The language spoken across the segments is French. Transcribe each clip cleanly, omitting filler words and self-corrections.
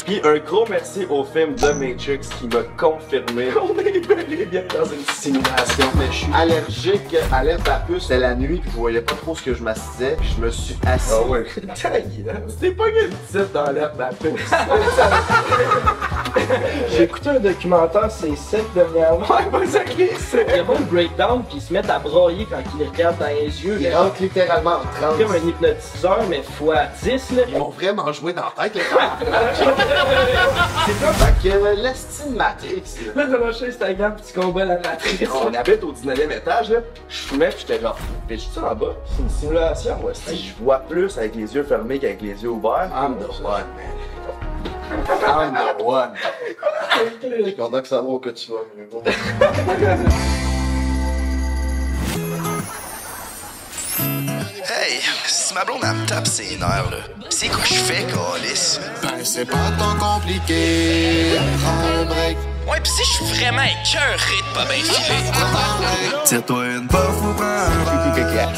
Puis un gros merci au film The Matrix qui m'a confirmé on est bel et bien dans une simulation. Mais je suis allergique, alerte à puce, c'était la nuit, puis je voyais pas trop ce que je m'assisais, puis je me suis assis. Ah ouais. C'était pas quel titre dans l'alerte à puce. J'ai écouté un documentaire, c'est 7 dernièrement. Ouais, pas ça qui est ça. Il y a pas de breakdown, puis ils se mettent à brailler quand ils les regardent dans les yeux. Il rentre littéralement en transe. Comme un hypnotiseur, mais x10 là. Ils m'ont vraiment joué dans la tête, les gars. Fait que l'estime Matrix, là. Là, dans mon Instagram, petit combat la matrice. On habite au 19e étage, là. Je fumais, puis j'étais genre, bitch-tu en bas? C'est une simulation, moi. Si je vois plus avec les yeux fermés qu'avec les yeux ouverts. I'm the one, man. I'm the one. Je suis content que ça va que tu vas mieux. Hey, si ma blonde elle me tape ses nerfs, là, c'est quoi je fais, câlisse? Ben c'est pas tant compliqué. Prends un break. Ouais, pis si je suis vraiment écœuré de pas bien filer. Tire-toi une puff ou prends un break.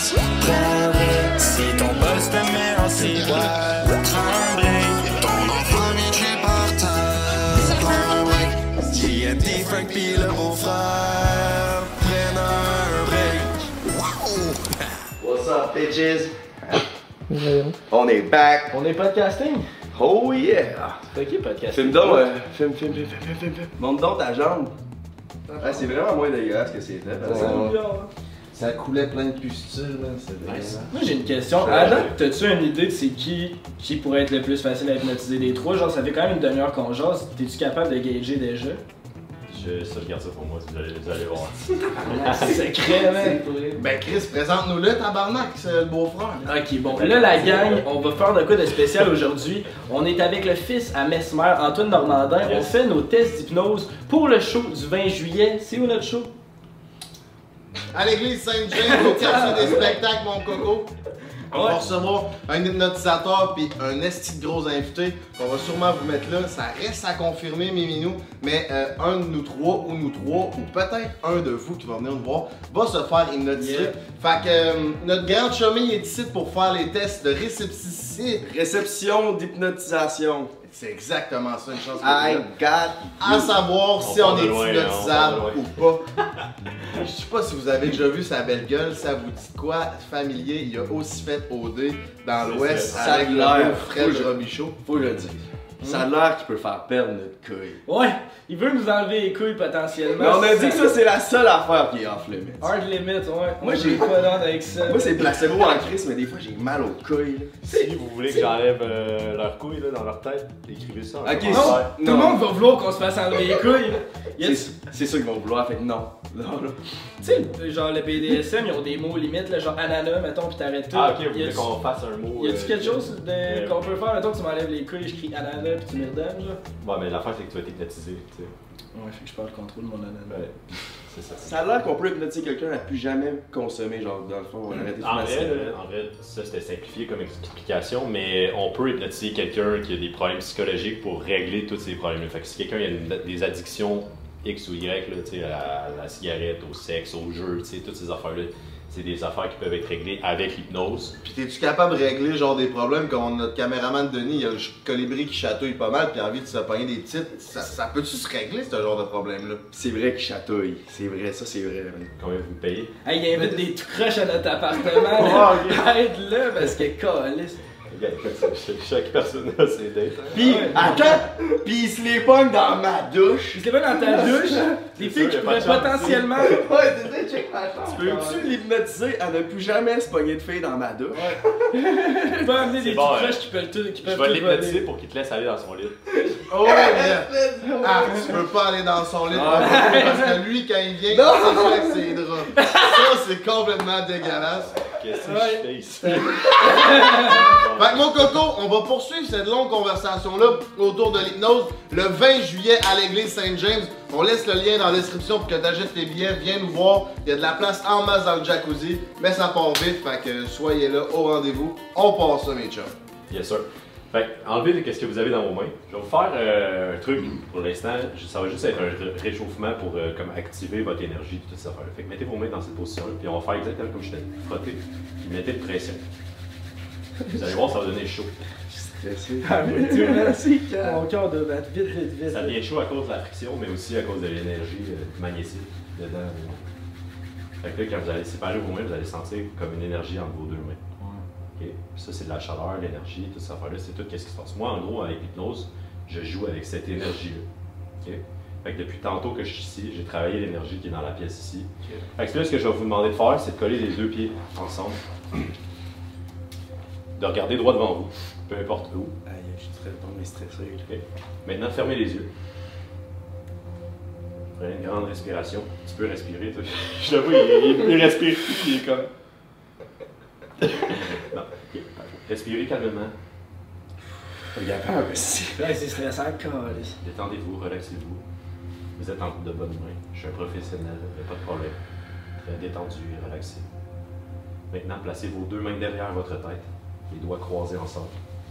Si ton boss te met en ciboire, prends un break. Ton enfant vient de chez par terre. Prends un break. JMD, Frank pis le beau-frère prennent un break. What's up, bitches? On est back. On est podcasting? Oh yeah! C'est qui podcasting? Filme donc, film. Monte donc ta jambe. Ah, c'est vraiment moins dégueulasse que c'était. Ça coulait plein de pustules, là. Moi j'ai une question. Adam, t'as-tu une idée de c'est qui pourrait être le plus facile à hypnotiser des trois? Genre ça fait quand même une demi-heure qu'on jase. T'es-tu capable de gager déjà? Ça, je garde ça pour moi, vous allez voir. C'est secret, man. Ben Chris, présente-nous-le, tabarnak, c'est le beau-frère. Ok, bon, là la gang, on va faire de quoi de spécial aujourd'hui. On est avec le fils à Mesmer, Antoine Normandin. Yes. On fait nos tests d'hypnose pour le show du 20 juillet. C'est où notre show? À l'église Saint-James, au quartier des spectacles, mon coco. On va recevoir un hypnotisateur puis un esti de gros invité qu'on va sûrement vous mettre là. Ça reste à confirmer, Miminou, mais un de nous trois, ou peut-être un de vous qui va venir nous voir, va se faire hypnotiser. Yeah. Fait que notre grande chummy est ici pour faire les tests de récepticité. Réception d'hypnotisation. C'est exactement ça, une chance que I got à savoir si on part est de loin, hypnotisable on part de ou pas. Je sais pas si vous avez déjà vu sa belle gueule, ça vous dit quoi? Familier, il a aussi fait OD dans C'est l'Ouest ça. avec Ça a le l'air. beau Fred Robichaud. Faut le dire. Ça a l'air qu'il peut faire perdre notre couille. Ouais, il veut nous enlever les couilles potentiellement. Mais on a dit que ça, c'est la seule affaire qui est off limits. Hard limit, ouais. Moi, j'ai pas d'ordre avec ça. Moi, c'est placebo en crise, mais des fois, j'ai mal aux couilles. Là. Si vous voulez que j'enlève leurs couilles là, dans leur tête, écrivez ça en Ok, commentaire. Non, tout le monde va vouloir qu'on se fasse enlever les couilles. C'est ça qu'ils vont vouloir, fait que non. Non, là. Tu sais, genre le BDSM, ils ont des mots limites, là, genre ananas, mettons, pis t'arrêtes tout. Ah ok, vous Y voulez a-tu- qu'on fasse un mot. Y a-tu quelque chose qu'on peut faire? Mettons que tu m'enlèves les couilles, je crie ananas pis tu me redonnes, genre. Ouais, mais l'affaire c'est que tu vas t'hypnotiser, tu sais. Ouais, fait que je perds le contrôle de mon ananas. Ouais, c'est ça. Ça a l'air qu'on peut hypnotiser quelqu'un à plus jamais consommer, genre, dans le fond, on arrête de En fumer vrai, ça c'était simplifié comme explication, mais on peut hypnotiser quelqu'un qui a des problèmes psychologiques pour régler tous ces problèmes. Fait que si quelqu'un a des addictions X ou Y, là, à la cigarette, au sexe, au jeu, toutes ces affaires-là, c'est des affaires qui peuvent être réglées avec l'hypnose. Puis t'es-tu capable de régler genre des problèmes comme notre caméraman Denis, il a le colibri qui chatouille pas mal puis a envie de se pogner des titres. Ça peut-tu se régler ce genre de problème-là? C'est vrai qu'il chatouille. C'est vrai, ça, c'est vrai. Man. Combien vous me payez? Hey, il invite des tout croches à notre appartement, là. Aide-le parce que calisse. Chaque personne a ses dates. Hein? Pis, attends! Pis il se les pogne dans ma douche! Pis c'est pas dans ta douche, des filles qui sûr, y a pas pourraient de chance potentiellement. Ouais, c'est ça, check ma chambre! Tu peux-tu l'hypnotiser à ne plus jamais se pogner de filles dans ma douche? Tu peux amener des C'est tout bon, croches qui peuvent tout. Qui Je peuvent vais tout l'hypnotiser voler. pour qu'il te laisse aller dans son lit. Oh yeah! Ah, tu peux pas aller dans son lit parce que lui, quand il vient, il fait avec ses draps. Ça, c'est complètement dégueulasse. Qu'est-ce que Ouais. je fais ici? Fait que mon coco, on va poursuivre cette longue conversation-là autour de l'hypnose le 20 juillet à l'église Saint-James. On laisse le lien dans la description pour que tu achètes tes billets. Viens nous voir. Il y a de la place en masse dans le jacuzzi. Mais ça part vite, fait que soyez là au rendez-vous. On passe ça, mes chums. Bien sûr. Fait que, enlevez ce que vous avez dans vos mains. Je vais vous faire un truc pour l'instant. Ça va juste être un réchauffement pour comme activer votre énergie et tout ça. Fait que mettez vos mains dans cette position-là, puis on va faire exactement comme je t'ai dit. Frottez, puis mettez de pression. Vous allez voir, ça va donner chaud. stressé. Ah oui, tu merci, mon cœur de battre vite. Ça devient chaud à cause de la friction, mais aussi à cause de l'énergie magnétique dedans. Fait que là, quand vous allez séparer vos mains, vous allez sentir comme une énergie entre vos deux mains. OK? Puis ça, c'est de la chaleur, l'énergie, tout ça. C'est tout ce qui se passe. Moi, en gros, avec l'hypnose, je joue avec cette énergie-là. OK? Fait que depuis tantôt que je suis ici, j'ai travaillé l'énergie qui est dans la pièce ici. Fait que là, ce que je vais vous demander de faire, c'est de coller les deux pieds ensemble. De regarder droit devant vous, peu importe où. Aïe, je suis très tombé stressé. OK? Maintenant, fermez les yeux. Prenez une grande respiration. Tu peux respirer, toi. Je le vois, il respire. Il est comme... Non, OK. Respirez calmement. Il y a peur aussi. Ouais, c'est stressant, câlisse. Détendez-vous, relaxez-vous. Vous êtes en de bonnes mains. Je suis un professionnel, il n'y a pas de problème. Très détendu et relaxé. Maintenant, placez vos deux mains derrière votre tête, les doigts croisés ensemble.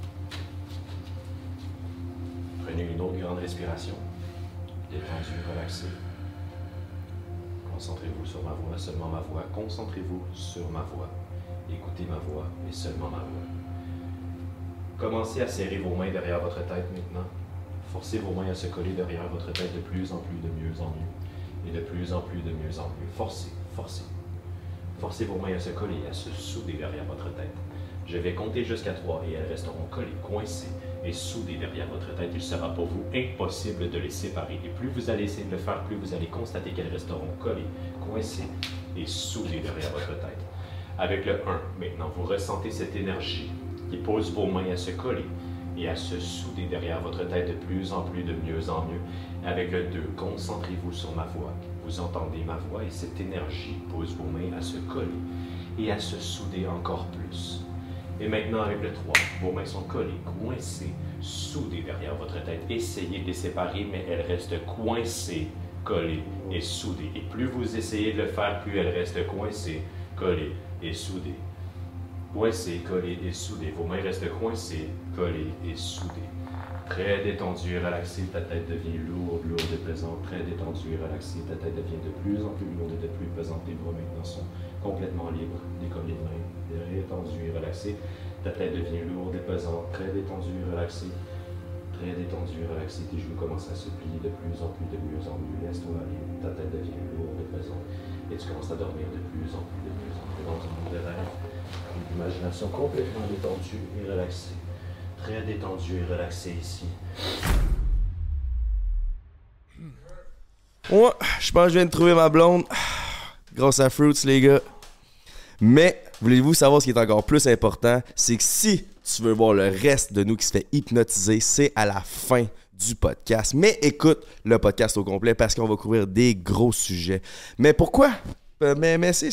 Prenez une autre grande respiration. Détendu, relaxé. Concentrez-vous sur ma voix, seulement ma voix. Concentrez-vous sur ma voix. Écoutez ma voix et seulement ma voix. Commencez à serrer vos mains derrière votre tête maintenant. Forcez vos mains à se coller derrière votre tête de plus en plus, de mieux en mieux. Et de plus en plus, de mieux en mieux. Forcez, forcez. Forcez vos mains à se coller, à se souder derrière votre tête. Je vais compter jusqu'à 3 et elles resteront collées, coincées et soudées derrière votre tête. Il sera pour vous impossible de les séparer. Et plus vous allez essayer de le faire, plus vous allez constater qu'elles resteront collées, coincées et soudées derrière votre tête. Avec le 1, maintenant, vous ressentez cette énergie qui pousse vos mains à se coller et à se souder derrière votre tête de plus en plus, de mieux en mieux. Avec le 2, concentrez-vous sur ma voix. Vous entendez ma voix et cette énergie pousse vos mains à se coller et à se souder encore plus. Et maintenant, avec le 3, vos mains sont collées, coincées, soudées derrière votre tête. Essayez de les séparer, mais elles restent coincées, collées et soudées. Et plus vous essayez de le faire, plus elles restent coincées, collées et soudées. Coincées, collées et soudées. Vos mains restent coincées, collées et soudées. Très détendu et relaxé, ta tête devient lourde, lourde et pesante. Très détendu et relaxé, ta tête devient de plus en plus lourde et de plus pesante. Tes bras maintenant sont complètement libres, décollés de main. Détendu et relaxé, ta tête devient lourde et pesante. Très détendu et relaxé. Très détendu et relaxé, tes genoux commencent à se plier de plus en plus, de mieux en mieux. Laisse-toi aller, ta tête devient lourde et pesante. Et tu commences à dormir de plus en plus, de plus en plus dans un monde de rêve. Une imagination complètement détendue et relaxée. Très détendu et relaxé ici. Ouais, je pense que je viens de trouver ma blonde. Grâce à Fruits, les gars. Mais, voulez-vous savoir ce qui est encore plus important? C'est que si tu veux voir le reste de nous qui se fait hypnotiser, c'est à la fin du podcast. Mais écoute le podcast au complet parce qu'on va couvrir des gros sujets. Mais pourquoi? Mais c'est...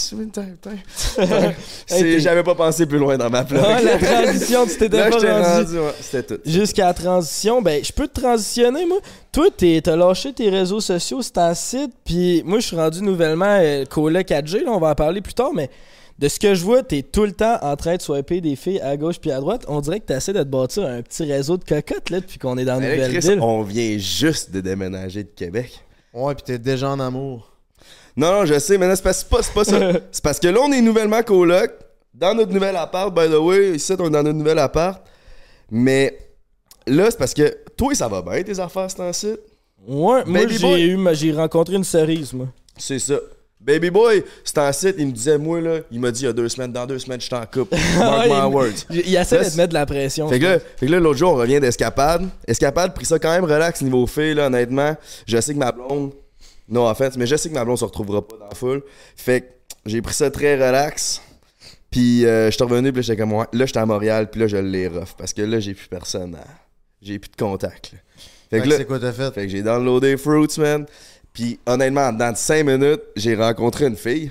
J'avais pas pensé plus loin dans ma plug. Ah, la transition, tu t'étais Là, pas rendu. Ouais, c'était tout. Jusqu'à la transition, ben je peux te transitionner, moi. Toi, t'as lâché tes réseaux sociaux, c'est un site, puis moi, je suis rendu nouvellement Cola 4G, là, on va en parler plus tard, mais de ce que je vois, t'es tout le temps en train de swiper des filles à gauche puis à droite. On dirait que t'essaies de te bâtir un petit réseau de cocottes, là, depuis qu'on est dans Nouvelle-Ville. On vient juste de déménager de Québec. Ouais, pis t'es déjà en amour. Non, je sais, mais non, c'est pas ça. C'est parce que là, on est nouvellement coloc, dans notre nouvel appart, by the way. Ici, on est dans notre nouvel appart. Mais là, c'est parce que toi, ça va bien, tes affaires, c'est un site. Ouais, moi, j'ai rencontré une cerise, moi. C'est ça. Baby boy, c'est un site, il me disait, moi, là, il m'a dit il y a 2 semaines, dans 2 semaines, je t'en coupe. Mark my words. Il essaie de te mettre de la pression. Fait que là, l'autre jour, on revient d'Escapade. Escapade, pris ça quand même relax niveau filles, là, honnêtement. Je sais que ma blonde, non, en fait, mais je sais que ma blonde se retrouvera pas dans la foule. Fait que j'ai pris ça très relax. Puis je suis revenu, puis là, j'étais comme moi. Là, j'étais à Montréal, puis là, je l'ai rough. Parce que là, j'ai plus personne. J'ai plus de contact. Là. Fait que là, c'est quoi t'as fait? Fait que j'ai downloadé Fruits, man. Puis honnêtement, dans 5 minutes, j'ai rencontré une fille.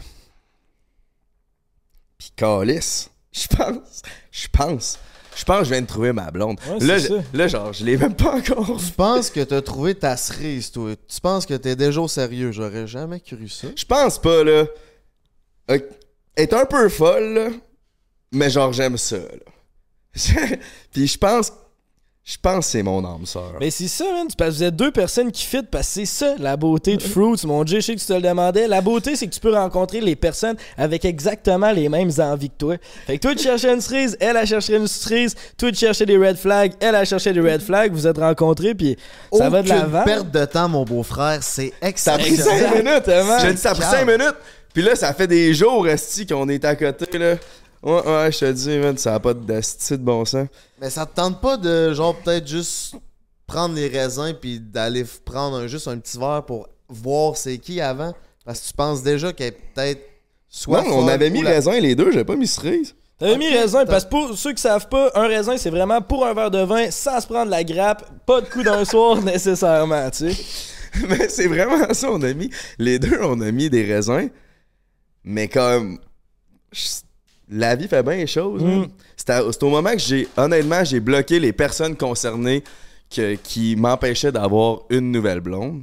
Puis calice. Je pense que je viens de trouver ma blonde. Ouais, là, genre, je l'ai même pas encore. Tu penses que t'as trouvé ta cerise, toi? Tu penses que t'es déjà au sérieux? J'aurais jamais cru ça. Je pense pas, là. Elle est un peu folle, là. Mais genre, j'aime ça, là. Puis je pense Je pense que c'est mon âme sœur. Mais c'est ça, man. Parce que vous êtes deux personnes qui fit, parce que c'est ça, la beauté de Fruits. Mon Dieu, je sais que tu te le demandais. La beauté, c'est que tu peux rencontrer les personnes avec exactement les mêmes envies que toi. Fait que toi, tu cherchais une cerise, elle a cherché une cerise. Toi, tu cherchais des red flags, elle a cherché des red flags. Vous êtes rencontrés, puis ça va de l'avant. Perte de temps, mon beau-frère, c'est Ça a pris exceptionnel. 5 minutes, Exactement. J'ai dit ça a pris 5 minutes. Puis là, ça fait des jours, esti, qu'on est à côté, là. Ouais, je te dis, man, ça a pas d'esti de bon sens. Mais ça te tente pas de, genre, peut-être juste prendre les raisins puis d'aller prendre juste un petit verre pour voir c'est qui avant? Parce que tu penses déjà qu'elle est peut-être soit Non, on folle avait ou mis la- raisin les deux, j'avais pas mis cerise. T'avais mis raisin, parce que pour ceux qui savent pas, un raisin, c'est vraiment pour un verre de vin, sans se prendre la grappe, pas de coup d'un soir nécessairement, tu sais. Mais c'est vraiment ça, on a mis. Les deux, on a mis des raisins. Mais comme. La vie fait bien les choses. hein. C'est au moment que honnêtement, j'ai bloqué les personnes concernées qui m'empêchaient d'avoir une nouvelle blonde.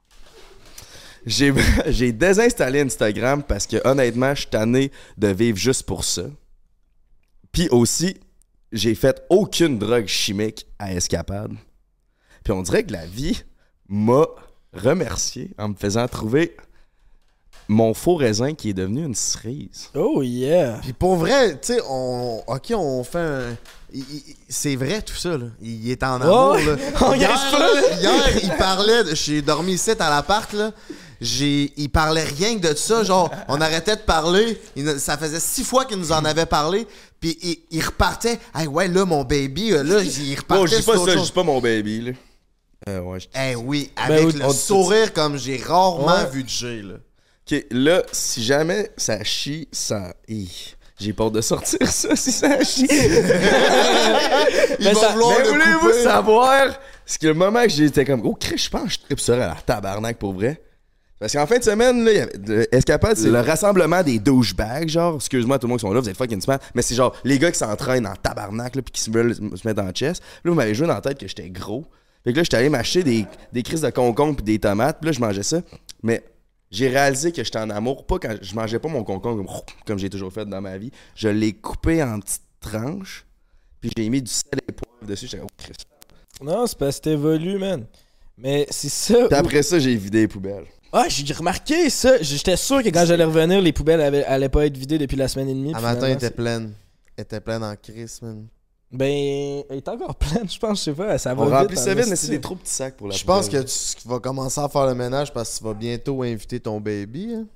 J'ai désinstallé Instagram parce que honnêtement, je suis tanné de vivre juste pour ça. Puis aussi, j'ai fait aucune drogue chimique à Escapade. Puis on dirait que la vie m'a remercié en me faisant trouver mon faux raisin qui est devenu une cerise. Oh yeah! Puis pour vrai, tu sais, on fait un... c'est vrai tout ça, là. Il est en amour, Ouais. là. On Hier, gagne pas, là, hier, il parlait... J'ai dormi ici à l'appart, là. Il parlait rien que de ça, genre, on arrêtait de parler. Ça faisait 6 fois qu'il nous en avait parlé. Puis il repartait. Hey, ouais, là, mon baby, là, il repartait. Oh, je dis sur pas autre ça, je chose. dis pas mon baby, là. Ouais, Eh oui, avec oui, le on- sourire comme j'ai rarement Ouais. vu de Jay, là. Ok, là, si jamais ça chie, ça. J'ai peur de sortir ça si ça chie. Il Mais va ça- vouloir Mais le voulez-vous couper. savoir? C'est que le moment que j'étais comme, oh, Chris, je pense que je tripe sur la tabarnak pour vrai. Parce qu'en fin de semaine, là, il y avait Escapade, c'est le rassemblement des douchebags, genre. Excuse-moi, tout le monde qui sont là, vous êtes fucking smart. Mais c'est genre les gars qui s'entraînent en tabarnak, là, puis qui se veulent se mettre en chest. Là, vous m'avez joué dans la tête que j'étais gros. Fait que là, j'étais allé m'acheter des crises de concombre puis des tomates, puis là, je mangeais ça. Mais j'ai réalisé que j'étais en amour, pas quand je mangeais pas mon concombre comme j'ai toujours fait dans ma vie. Je l'ai coupé en petites tranches, puis j'ai mis du sel et poivre dessus. J'étais comme, oh, Christ. Non, c'est parce que t'évolues, man. Mais c'est ça. Puis après ça, j'ai vidé les poubelles. Ah, j'ai remarqué ça. J'étais sûr que quand j'allais revenir, les poubelles allaient pas être vidées depuis la semaine et demie. À puis matin, elle finalement, était pleine. Elle était pleine en crise, man. Ben, elle est encore pleine, je pense, je sais pas. Ça va On vite. remplit en ça vite, mais esti. c'est des trop petits sacs pour la Je pense poubelle. que tu vas commencer à faire le ménage parce que tu vas bientôt inviter ton baby. Hein?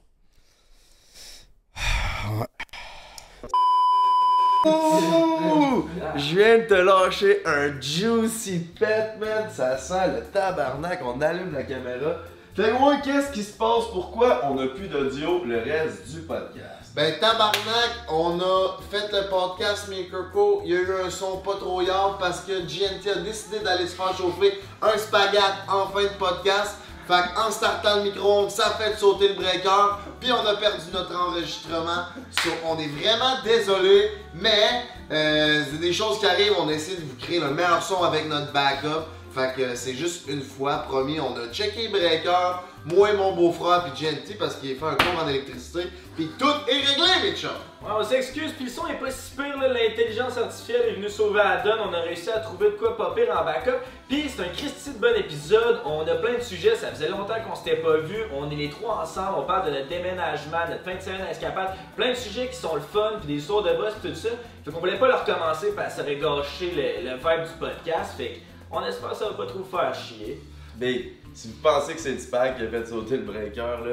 Ouh! Je viens de te lâcher un juicy pet, man. Ça sent le tabarnak. On allume la caméra. Fait que moi, qu'est-ce qui se passe? Pourquoi on n'a plus d'audio le reste du podcast? Ben tabarnak, on a fait le podcast Makerco. Il y a eu un son pas trop yard parce que GNT a décidé d'aller se faire chauffer un spaghette en fin de podcast. Fait qu'en startant le micro-ondes, ça fait sauter le breaker. Puis on a perdu notre enregistrement. So, on est vraiment désolé, mais c'est des choses qui arrivent. On essaie de vous créer le meilleur son avec notre backup. Fait que c'est juste une fois, promis, on a checké le breaker, moi et mon beau-frère puis GNT parce qu'il a fait un cours en électricité, puis tout est réglé, mes chums! Ouais, on s'excuse, puis le son est pas si pire, là. L'intelligence artificielle est venue sauver la donne, on a réussi à trouver de quoi pas pire en backup, puis c'est un Christy de bon épisode, on a plein de sujets, ça faisait longtemps qu'on s'était pas vu, on est les trois ensemble, on parle de notre déménagement, notre fin de semaine à Escapade, plein de sujets qui sont le fun, puis des histoires de boss, pis tout ça, fait qu'on voulait pas le recommencer parce que ça aurait gâché le vibe du podcast, fait qu'on espère que ça va pas trop faire chier. Mais si vous pensez que c'est le spag qui a fait sauter le breaker, là,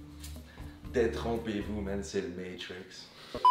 détrompez-vous, man, c'est le Matrix.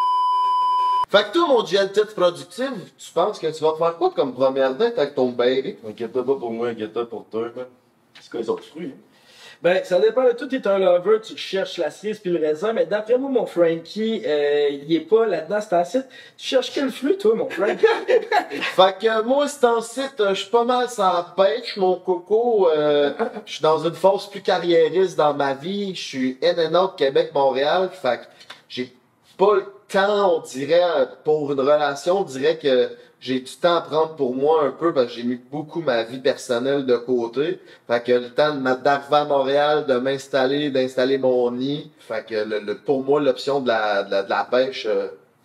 Fait que toi, mon GNT productif, tu penses que tu vas faire quoi comme première date avec ton baby? Inquiète-toi pas pour moi, inquiète-toi pour toi, man. C'est quoi, ils sont fruits, hein? Ben, ça dépend de tout. T'es un lover, tu cherches la cerise puis le raisin, mais d'après moi, mon Frankie, il est pas là-dedans, c'est un site. Tu cherches quel fruit, toi, mon Frank? Fait que moi, c'est en site, je suis pas mal sans pêche, mon coco. Je suis dans une phase plus carriériste dans ma vie. Je suis in-and-out Québec-Montréal. Fait que j'ai pas le temps, on dirait, pour une relation. On dirait que j'ai du temps à prendre pour moi un peu parce que j'ai mis beaucoup ma vie personnelle de côté. Fait que le temps d'arriver à Montréal, de m'installer, d'installer mon nid. Fait que pour moi, l'option de la pêche,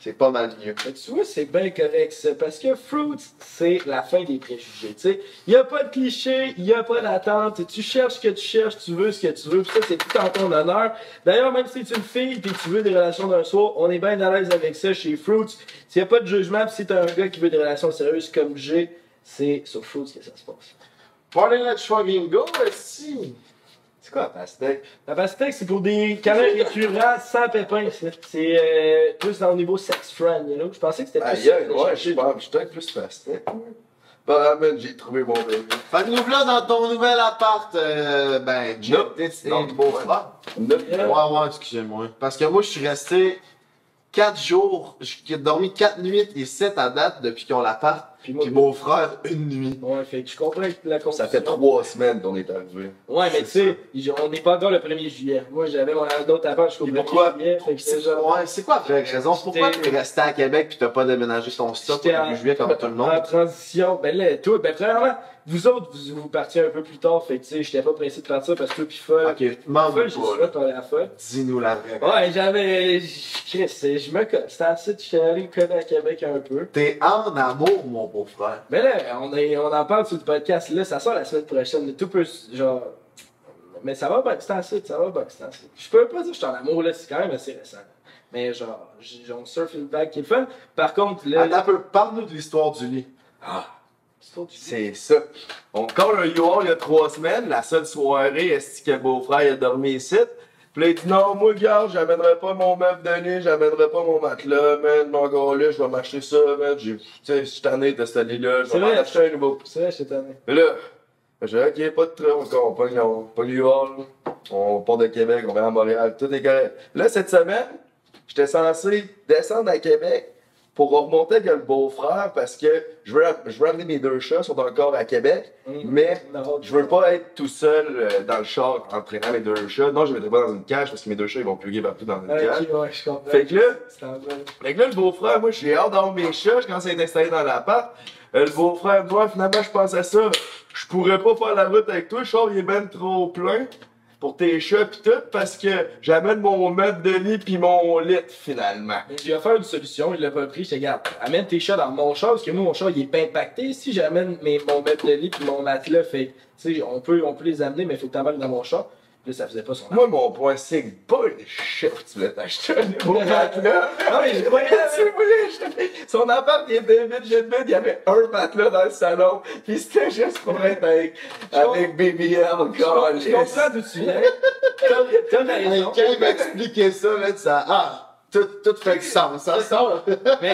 C'est pas mal mieux. Mais tu vois, c'est bien correct ça, parce que Fruits, c'est la fin des préjugés, tu sais. Il n'y a pas de cliché, il n'y a pas d'attente, tu cherches ce que tu cherches, tu veux ce que tu veux, puis ça, c'est tout en ton honneur. D'ailleurs, même si tu es une fille et tu veux des relations d'un soir, on est bien à l'aise avec ça chez Fruits. S'il n'y a pas de jugement, puis si tu as un gars qui veut des relations sérieuses comme j'ai, c'est sur Fruits que ça se passe. Party let's fucking go, si. C'est quoi la pastèque? La pastèque, c'est pour des canards récurrents sans pépins, ça. C'est plus dans le niveau sex friend, you know? Je pensais que c'était plus Aïe, ça. ouais, je pense, je suis peut-être plus pastèque. Bah, man, j'ai trouvé mon bébé. Fait que nous voilà dans ton nouvel appart, ben, Jeff, t'es Non, beau frère. Yeah. Ouais, excusez-moi. Parce que moi, je suis resté 4 jours, j'ai dormi 4 nuits et 7 à date depuis qu'ils ont l'appart. Puis moi, Puis mon frère, une nuit. ouais, fait que je comprends la Ça confusion. fait 3 semaines qu'on est arrivé. Ouais, mais tu sais, on n'est pas encore le 1er juillet. Moi, j'avais mon d'autres appart jusqu'au 1er pourquoi? juillet. Fait que c'était genre. Ouais, c'est quoi la vraie raison? Pourquoi t'es resté à Québec pis t'as pas déménagé ton stock J'étais au début juillet comme tout le monde? en transition. Ben là, toi, ben premièrement, vous autres, vous partiez un peu plus tard. Fait que tu sais, j'étais pas pressé de partir parce que toi, pis Folle. Ok, demande Folle, j'ai pas, souvent là. parlé à Folle. Dis-nous la vraie. Ouais, j'avais. Chris, je me colle. C'était assez, j'étais allé me coller à Québec un peu. T'es en amour, mon beau-frère. Mais là, on en parle sur le podcast. Là, ça sort la semaine prochaine. Tout peut. Genre. Mais ça va bien, c'est assez, ça va bien, c'est assez. Je peux pas dire que je suis en amour, là, c'est quand même assez récent. Mais genre, on surfe une vague qui est le fun. Par contre, là. Attends un peu, parle-nous de l'histoire du lit. C'est ça. On colle un U-Haul il y a 3 semaines, la seule soirée, est-ce que le beau-frère il a dormi ici? Puis là, il dit non, moi, gars, j'amènerai pas mon meuble de nuit, j'amènerai pas mon matelas, man, mon gars là, je vais m'acheter ça, man. Tu sais, je suis tanné de ce lit-là, je C'est vais m'en vrai. acheter un nouveau. C'est vrai, je t'ai tanné. Mais là, j'ai dit, ok, pas de trouble, on pogne le U-Haul, on part de Québec, on va à Montréal, tout est correct. Là, cette semaine, j'étais censé descendre à Québec pour remonter avec le beau-frère parce que je veux amener mes 2 chats, ils sont encore à Québec, mais je veux pas être tout seul dans le char entraînant mes 2 chats. Non, je ne mettrai pas dans une cage parce que mes 2 chats ils vont plugger partout dans une cage. Ok, ouais, je comprends. Fait que là, C'est en vrai. Fait que là, le beau-frère, moi, j'ai hâte d'avoir mes chats, je commence à être installé dans l'appart. Le beau-frère, moi, finalement, je pense à ça. Je pourrais pas faire la route avec toi, le char, il est ben trop plein pour tes chats pis tout, parce que j'amène mon meuble de lit pis mon lit, finalement. J'ai offert une solution, il l'a pas pris, je te garde. Amène tes chats dans mon char, parce que moi, mon char, il est pas impacté. Si j'amène mon meuble de lit pis mon matelas, fait, tu sais, on peut les amener, mais il faut que t'amènes dans mon char. Là, ça faisait pas son Moi, mon point, c'est que pas le chef, tu voulais t'acheter un nouveau matelas. Non, mais je croyais Tu voulais acheter. Son appart, il était vide, il y avait un matelas dans le salon, pis c'était juste pour être avec BBL, encore. Je comprends d'où tu viens. T'as raison. Quand il m'a expliqué ça, là, ça. Ah, tout fait du sens, ça sort.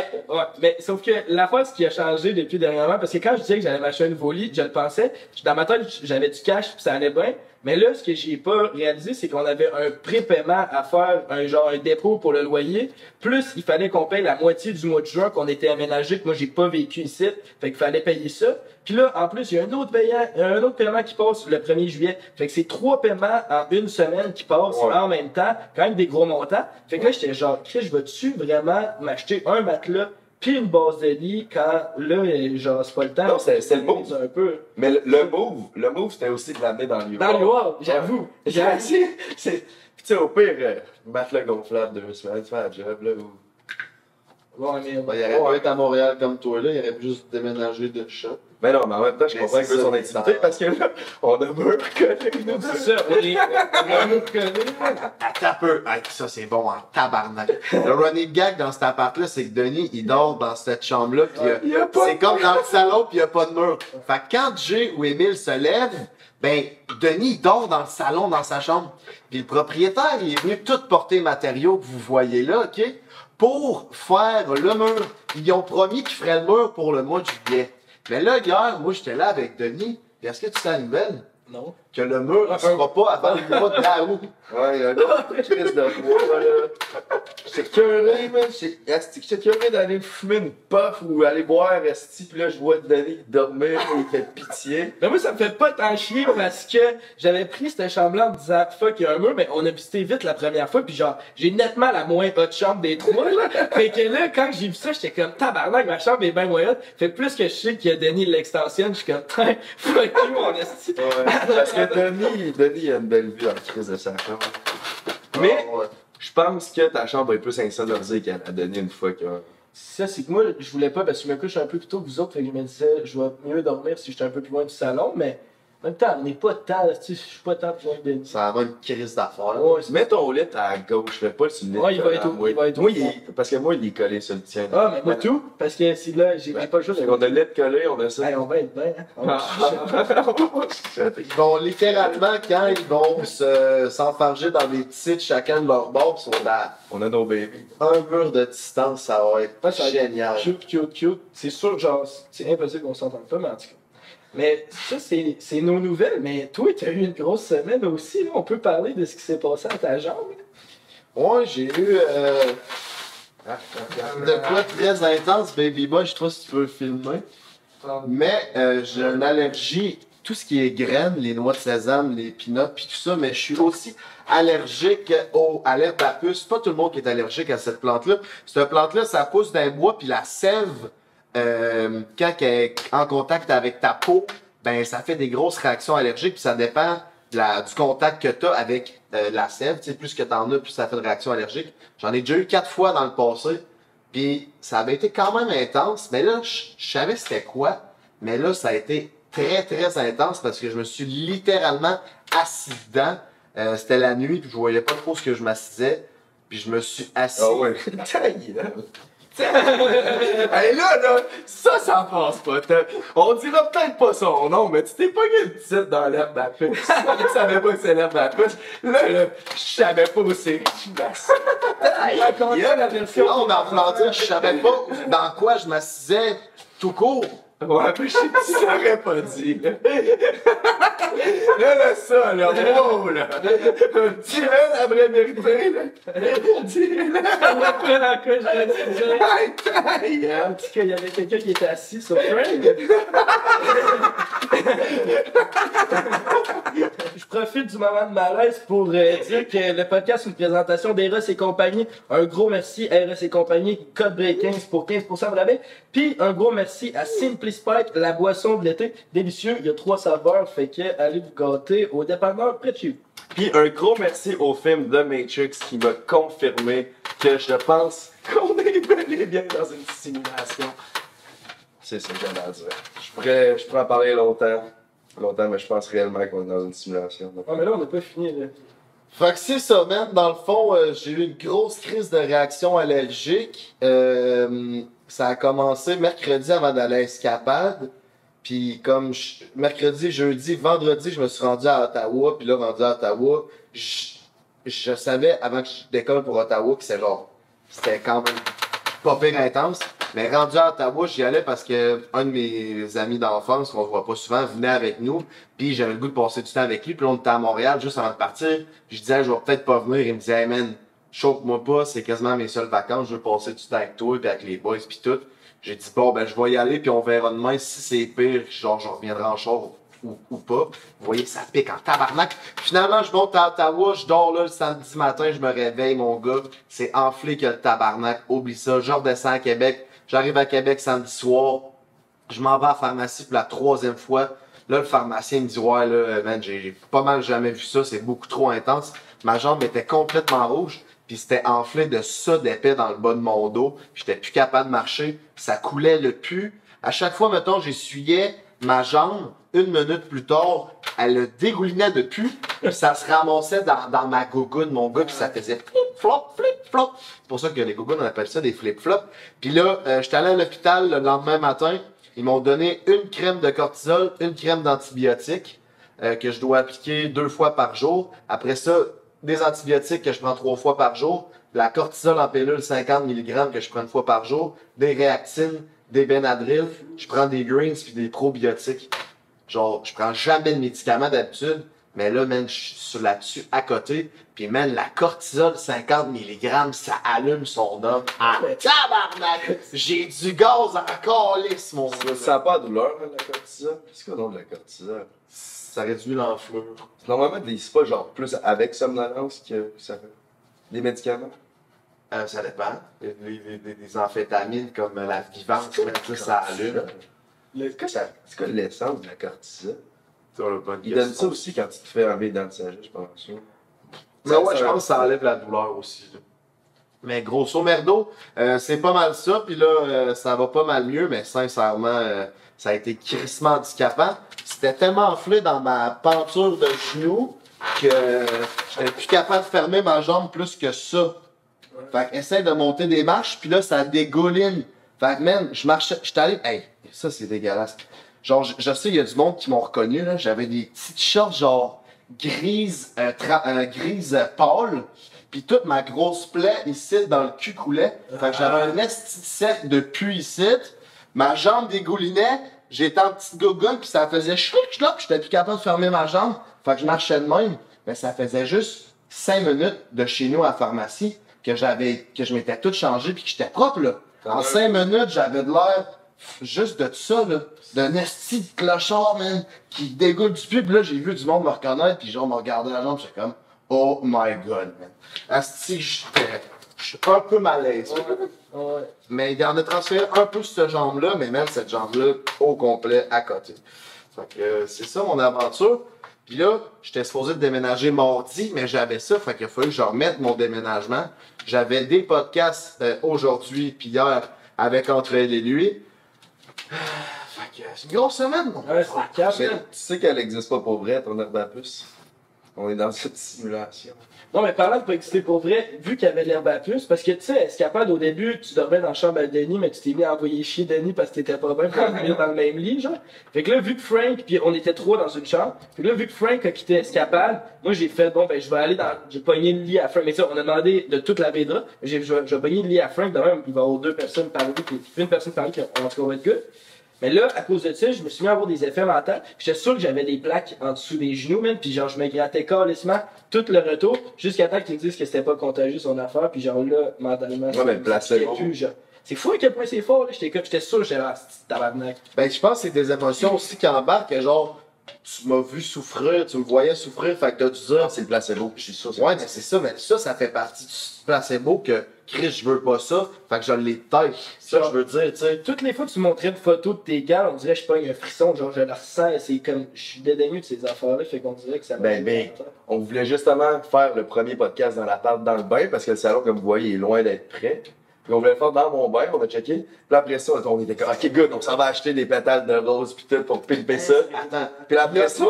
mais sauf que la fois, ce qui a changé depuis dernièrement, parce que quand je disais que j'allais m'acheter un nouveau lit, je le pensais, dans ma tête, j'avais du cash puis ça allait bien. Mais là, ce que j'ai pas réalisé, c'est qu'on avait un prépaiement à faire, un dépôt pour le loyer. Plus, il fallait qu'on paye la moitié du mois de juin qu'on était aménagé, que moi, j'ai pas vécu ici. Fait qu'il fallait payer ça. Puis là, en plus, il y a un autre paiement qui passe le 1er juillet. Fait que c'est 3 paiements en une semaine qui passent en même temps. Quand même des gros montants. Fait que là, j'étais genre, Chris, je vais-tu vraiment m'acheter un matelas puis une base de lit quand là, genre, c'est pas le temps. Non, c'est le move. Un peu. Mais le move, c'était aussi de l'amener dans le U-Haul. Dans le World, j'avoue. Puis tu sais, au pire, matelas gonflable 2 semaines, tu fais la job, là, ou... Ouais, mais Il aurait pas été à Montréal comme toi, là, il aurait pu juste déménager de chat. Mais non, mais en même temps, je Mais comprends c'est qu'il veut son ça, intimité ça. parce que là, on a mur collé, nous deux. c'est ça, on est un autre collé. Attends un peu. Hey, ça, c'est bon en tabarnak. Le running gag dans cet appart-là, c'est que Denis, il dort dans cette chambre-là. Puis c'est comme dans le salon, puis il n'y a pas de mur. Fait que quand Jay ou Émile se lèvent, ben, Denis, il dort dans le salon, dans sa chambre. Puis le propriétaire, il est venu tout porter matériaux que vous voyez là, OK? Pour faire le mur. Ils ont promis qu'ils feraient le mur pour le mois de juillet. Mais là, hier, moi, j'étais là avec Denis. Puis est-ce que tu sais la nouvelle? Non. Que le mur ne sera pas avant le mois d'août. Ouais, il y a un autre crise de bois, là. J'étais curé, man. J'étais curé d'aller fumer une puff ou aller boire esti, pis là, je vois Denis dormir, il fait pitié. Mais moi, ça me fait pas tant chier parce que j'avais pris cette chambre-là en me disant fuck, il y a un mur, mais on a visité vite la première fois, puis genre, j'ai nettement la moins haute chambre des 3, là. Fait que là, quand j'ai vu ça, j'étais comme tabarnak, ma chambre est bien moins haute. Fait que plus que je sais qu'il y a Denis l'extension, je suis comme fuck you, mon esti. Ouais, parce que Denis a une belle vue en crise de sa chambre. Mais, Je pense que ta chambre est plus insonorisée qu'elle a donné une fois que. Ça, c'est que moi, je voulais pas, parce que je me couche un peu plus tôt que vous autres, fait que je me disais, je vais mieux dormir si j'étais un peu plus loin du salon, mais en même temps, on n'est pas tant, tu sais, je suis pas tant plus loin de. Ça va une crise d'affaires. Ouais, Mets ton lit à gauche, fais pas sur le lit. Ouais, il va être à au- moi. il va être au Moi, fond. parce que moi, il est collé sur le tien. Ah, mais moi tout, parce que c'est là, j'ai pas le choix de. On a le lit collé, on a ça. Hey, on va être bien, hein. On va- Ils vont littéralement, quand ils vont s'enfarger dans des titres chacun de leur bord, ils sont à On a nos bébés. un mur de distance, ça va être Ouais, ça va être génial. Cute. C'est sûr que genre, c'est impossible qu'on s'entende pas, mais en tout cas. Mais ça, c'est nos nouvelles, mais toi, t'as eu une grosse semaine aussi, là. On peut parler de ce qui s'est passé à ta jambe, là. Ouais, j'ai eu de quoi très intense, Baby Boy, je sais pas si tu peux le filmer. Mais j'ai une allergie, tout ce qui est graines, les noix de sésame, les peanuts, puis tout ça, mais je suis aussi allergique à l'herbe à puce. Pas tout le monde qui est allergique à cette plante-là. Cette plante-là, ça pousse dans les bois, puis la sève, quand elle est en contact avec ta peau, ben ça fait des grosses réactions allergiques, puis ça dépend du contact que tu as avec la sève. Tu sais, plus que tu en as, plus ça fait de réactions allergiques. J'en ai déjà eu 4 fois dans le passé. Puis ça avait été quand même intense, mais là, je savais c'était quoi. Mais là, ça a été très, très intense parce que je me suis littéralement assis dedans. C'était la nuit, puis je voyais pas trop ce que je m'assisais. Puis je me suis assis. Ah ouais. Hey là, ça passe pas. On dira peut-être pas son nom, mais tu t'es pas une petite dans l'herbe à puce. Je savais pas que c'est l'herbe à puce. Là, je savais pas où c'est. La version. Non, mais en voulant dire, je savais pas dans quoi je m'assisais tout court. Ouais, mais je t'aurais pas dit. Là, ça, là, wow, là. Un petit man après mérité, là. Après la couche, je vais te dire. Aïe, En tout cas, il y avait quelqu'un qui était assis sur Frank. Je profite du moment de malaise pour dire que le podcast est une présentation d'Eros et compagnie. Un gros merci à Eros et compagnie, code break 15 pour 15% de rabais. Puis un gros merci à Simply Spike, la boisson de l'été. Délicieux, il y a 3 saveurs, fait que allez vous gâter au dépanneur près de chez vous. Puis un gros merci au film The Matrix qui m'a confirmé que je pense qu'on est bel et bien dans une simulation. C'est ça que j'avais à dire. Je pourrais en parler longtemps, mais je pense réellement qu'on est dans une simulation. Ah, mais là, on n'a pas fini, là. Fait que c'est ça, man. Dans le fond, j'ai eu une grosse crise de réaction allergique. Ça a commencé mercredi avant d'aller à Escapade. Puis comme mercredi, jeudi, vendredi, je me suis rendu à Ottawa. Puis là, rendu à Ottawa, je savais avant que je décolle pour Ottawa que c'était quand même pas pire intense. Mais rendu à Ottawa, j'y allais parce que un de mes amis d'enfance, qu'on voit pas souvent, venait avec nous. Puis j'avais le goût de passer du temps avec lui. Puis là, on était à Montréal juste avant de partir. Je disais, je vais peut-être pas venir. Il me disait, hey man, choque-moi pas, c'est quasiment mes seules vacances. Je veux passer du temps avec toi, puis avec les boys, puis tout. J'ai dit, bon, ben, je vais y aller, puis on verra demain si c'est pire, genre, je reviendrai en char ou pas. Vous voyez, ça pique en tabarnak. Finalement, je monte à Ottawa, je dors là le samedi matin, je me réveille, mon gars. C'est enflé que le tabarnak. Oublie ça. Je redescends à Québec. J'arrive à Québec samedi soir. Je m'en vais à la pharmacie pour la 3e fois. Là, le pharmacien me dit, ouais, là, man, j'ai pas mal jamais vu ça, c'est beaucoup trop intense. Ma jambe était complètement rouge. Puis c'était enflé de ça d'épais dans le bas de mon dos. J'étais plus capable de marcher. Puis ça coulait le pu. À chaque fois, mettons, j'essuyais ma jambe. 1 minute plus tard, elle le dégoulinait de pu. Puis ça se ramassait dans ma gougoune, mon gars. Puis ça faisait flip-flop, flip-flop. C'est pour ça que les gougounes, on appelle ça des flip-flops. Puis là, j'étais allé à l'hôpital le lendemain matin. Ils m'ont donné une crème de cortisol, une crème d'antibiotiques que je dois appliquer 2 fois par jour. Après ça, des antibiotiques que je prends 3 fois par jour, la cortisol en pilule 50 mg que je prends 1 fois par jour, des réactines, des Benadryl, je prends des greens puis des probiotiques. Genre, je prends jamais de médicaments d'habitude, mais là, man, je suis là-dessus à côté, puis man, la cortisol 50 mg, ça allume son homme. Ah, tabarnak! J'ai du gaz en calice, mon gars. Ça n'a pas de douleur, hein, la cortisol? C'est quoi le nom de la cortisol? Ça réduit l'enflure. Normalement, c'est pas genre plus avec somnolence que ça fait. Des médicaments? Ça dépend. Il y a des amphétamines comme la vivante, ça allume. C'est quoi l'essence de la cortisol? C'est une bonne Ils donnent question. ça aussi quand tu te fais enlever les dents de sagesse, je pense. Mais ouais, je pense que ça enlève la douleur aussi. Là. Mais grosso merdo, c'est pas mal ça. Puis là, ça va pas mal mieux, mais sincèrement, ça a été crissement handicapant. C'était tellement enflé dans ma penture de genou que j'étais plus capable de fermer ma jambe plus que ça. Fait que essaye de monter des marches, puis là, ça dégouline. Fait que, man, je marchais, j'étais allé... Hey, ça, c'est dégueulasse. Genre, je sais, il y a du monde qui m'ont reconnu, là. J'avais des petites shorts, genre, grises pâles. Puis toute ma grosse plaie ici dans le cul coulait. Fait que j'avais un esti sec de pu ici. Ma jambe dégoulinait. J'étais en petite gougoune puis ça faisait chloup chloup. J'étais plus capable de fermer ma jambe. Fait que je marchais de même. Mais ça faisait juste 5 minutes de chez nous à la pharmacie que je m'étais tout changé puis que j'étais propre là. En 5 minutes, j'avais de l'air juste de ça là. D'un esti de clochard, man, qui dégoule du pub. Puis là, j'ai vu du monde me reconnaître puis genre me regarder la jambe. J'étais comme... Oh my god, man. Asti, je suis un peu malaise. Ouais. Mais il en a transféré un peu cette jambe-là, mais même cette jambe-là au complet à côté. Fait que c'est ça mon aventure. Puis là, j'étais supposé déménager mardi, mais j'avais ça. Fait qu'il a fallu que je remette mon déménagement. J'avais des podcasts aujourd'hui puis hier avec Entre elle et lui. Fait que c'est une grosse semaine, mon. Ouais, c'est cap, Mais tu sais qu'elle existe pas pour vrai, ton herbe à puce. On est dans cette simulation. Non, mais parlant de pas exister pour vrai, vu qu'il y avait l'herbe à puce, parce que tu sais, Escapade, au début, tu dormais dans la chambre à Denis, mais tu t'es mis à envoyer chier Denis parce que t'étais pas bien pour dormir dans le même lit, genre. Fait que là, vu que Frank, puis on était 3 dans une chambre, fait que là, vu que Frank a quitté Escapade, moi j'ai fait, bon, ben je vais aller dans. J'ai pogné le lit à Frank, mais ça, on a demandé de toute la védra, je vais pogner le lit à Frank, de même, il va y avoir 2 personnes par lit, puis une personne par lit, qui en tout cas va être good. Mais là, à cause de ça, je me suis mis à avoir des effets mentaux. J'étais sûr que j'avais des plaques en dessous des genoux, man. Puis genre, je me grattais calissement tout le retour, jusqu'à temps qu'ils me disent que c'était pas contagieux son affaire. Puis genre là, mentalement, ouais, mais le placebo. C'est fou à quel point c'est fort, là. J'étais sûr que j'étais là, tabarnak. Ben, je pense que c'est des émotions aussi qui embarquent, que genre, tu m'as vu souffrir, tu me voyais souffrir, fait que t'as dû dire. C'est le placebo, je suis sûr. Ouais, mais c'est ça, mais ça fait partie du placebo que Chris, je veux pas ça, fait que je l'ai tête. Ça, je veux dire, tu sais. Toutes les fois que tu montrais une photo de tes gars, on dirait que je pogne un frisson, genre je le ressens, et c'est comme, je suis dédaigneux de ces affaires-là, fait qu'on dirait que ça Ben, on voulait justement faire le premier podcast dans l'appart dans le bain, parce que le salon, comme vous voyez, est loin d'être prêt. Puis on voulait le faire dans mon bain, on a checké. Puis après ça, on était comme, ok, good, on s'en va acheter des pétales de rose pis tout pour pimper ça. Attends. Puis après ça, Moi,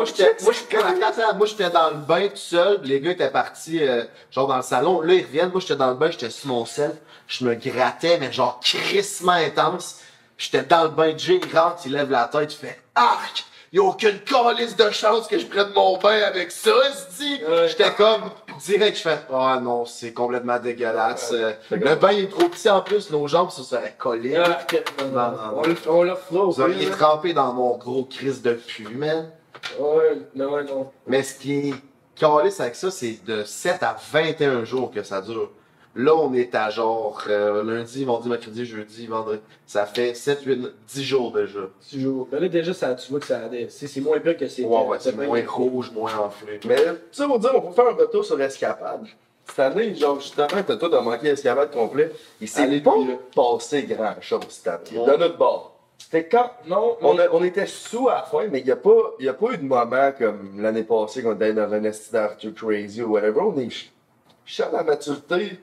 j'étais dans le bain tout seul, les gars étaient partis, genre dans le salon. Là, ils reviennent, moi, j'étais dans le bain, j'étais sur mon sel. Je me grattais, mais genre crissement intense. J'étais dans le bain, Jay rentre, il lève la tête, il fait arc! Y'a aucune calice de chance que je prenne mon bain avec ça, se dit. J'étais comme, direct, je fais, ah non, c'est complètement dégueulasse. Le bain est trop petit en plus, nos jambes se seraient collées. Non. On le fera au Vous auriez trempé dans mon gros crise de pu, man. Ouais, non. Mais ce qui est calice avec ça, c'est de 7 à 21 jours que ça dure. Là, on est à genre lundi, mardi, mercredi, jeudi, vendredi. Ça fait 7, 8, 10 jours déjà. 10 jours. Ben là, déjà, tu vois que c'est moins pire que c'est. Ouais, c'est moins rouge, moins enflé. mais ça pour dire, on peut faire un retour sur Escapade. Cette année, genre, justement, t'as manqué Escapade complet. Il s'est pas passé grand-chose cette année. De notre bord. C'était quand? Non, on était sous à la fin, mais il n'y a pas eu de moment comme l'année passée quand on était dans un esti d'after crazy ou whatever. On est à la maturité,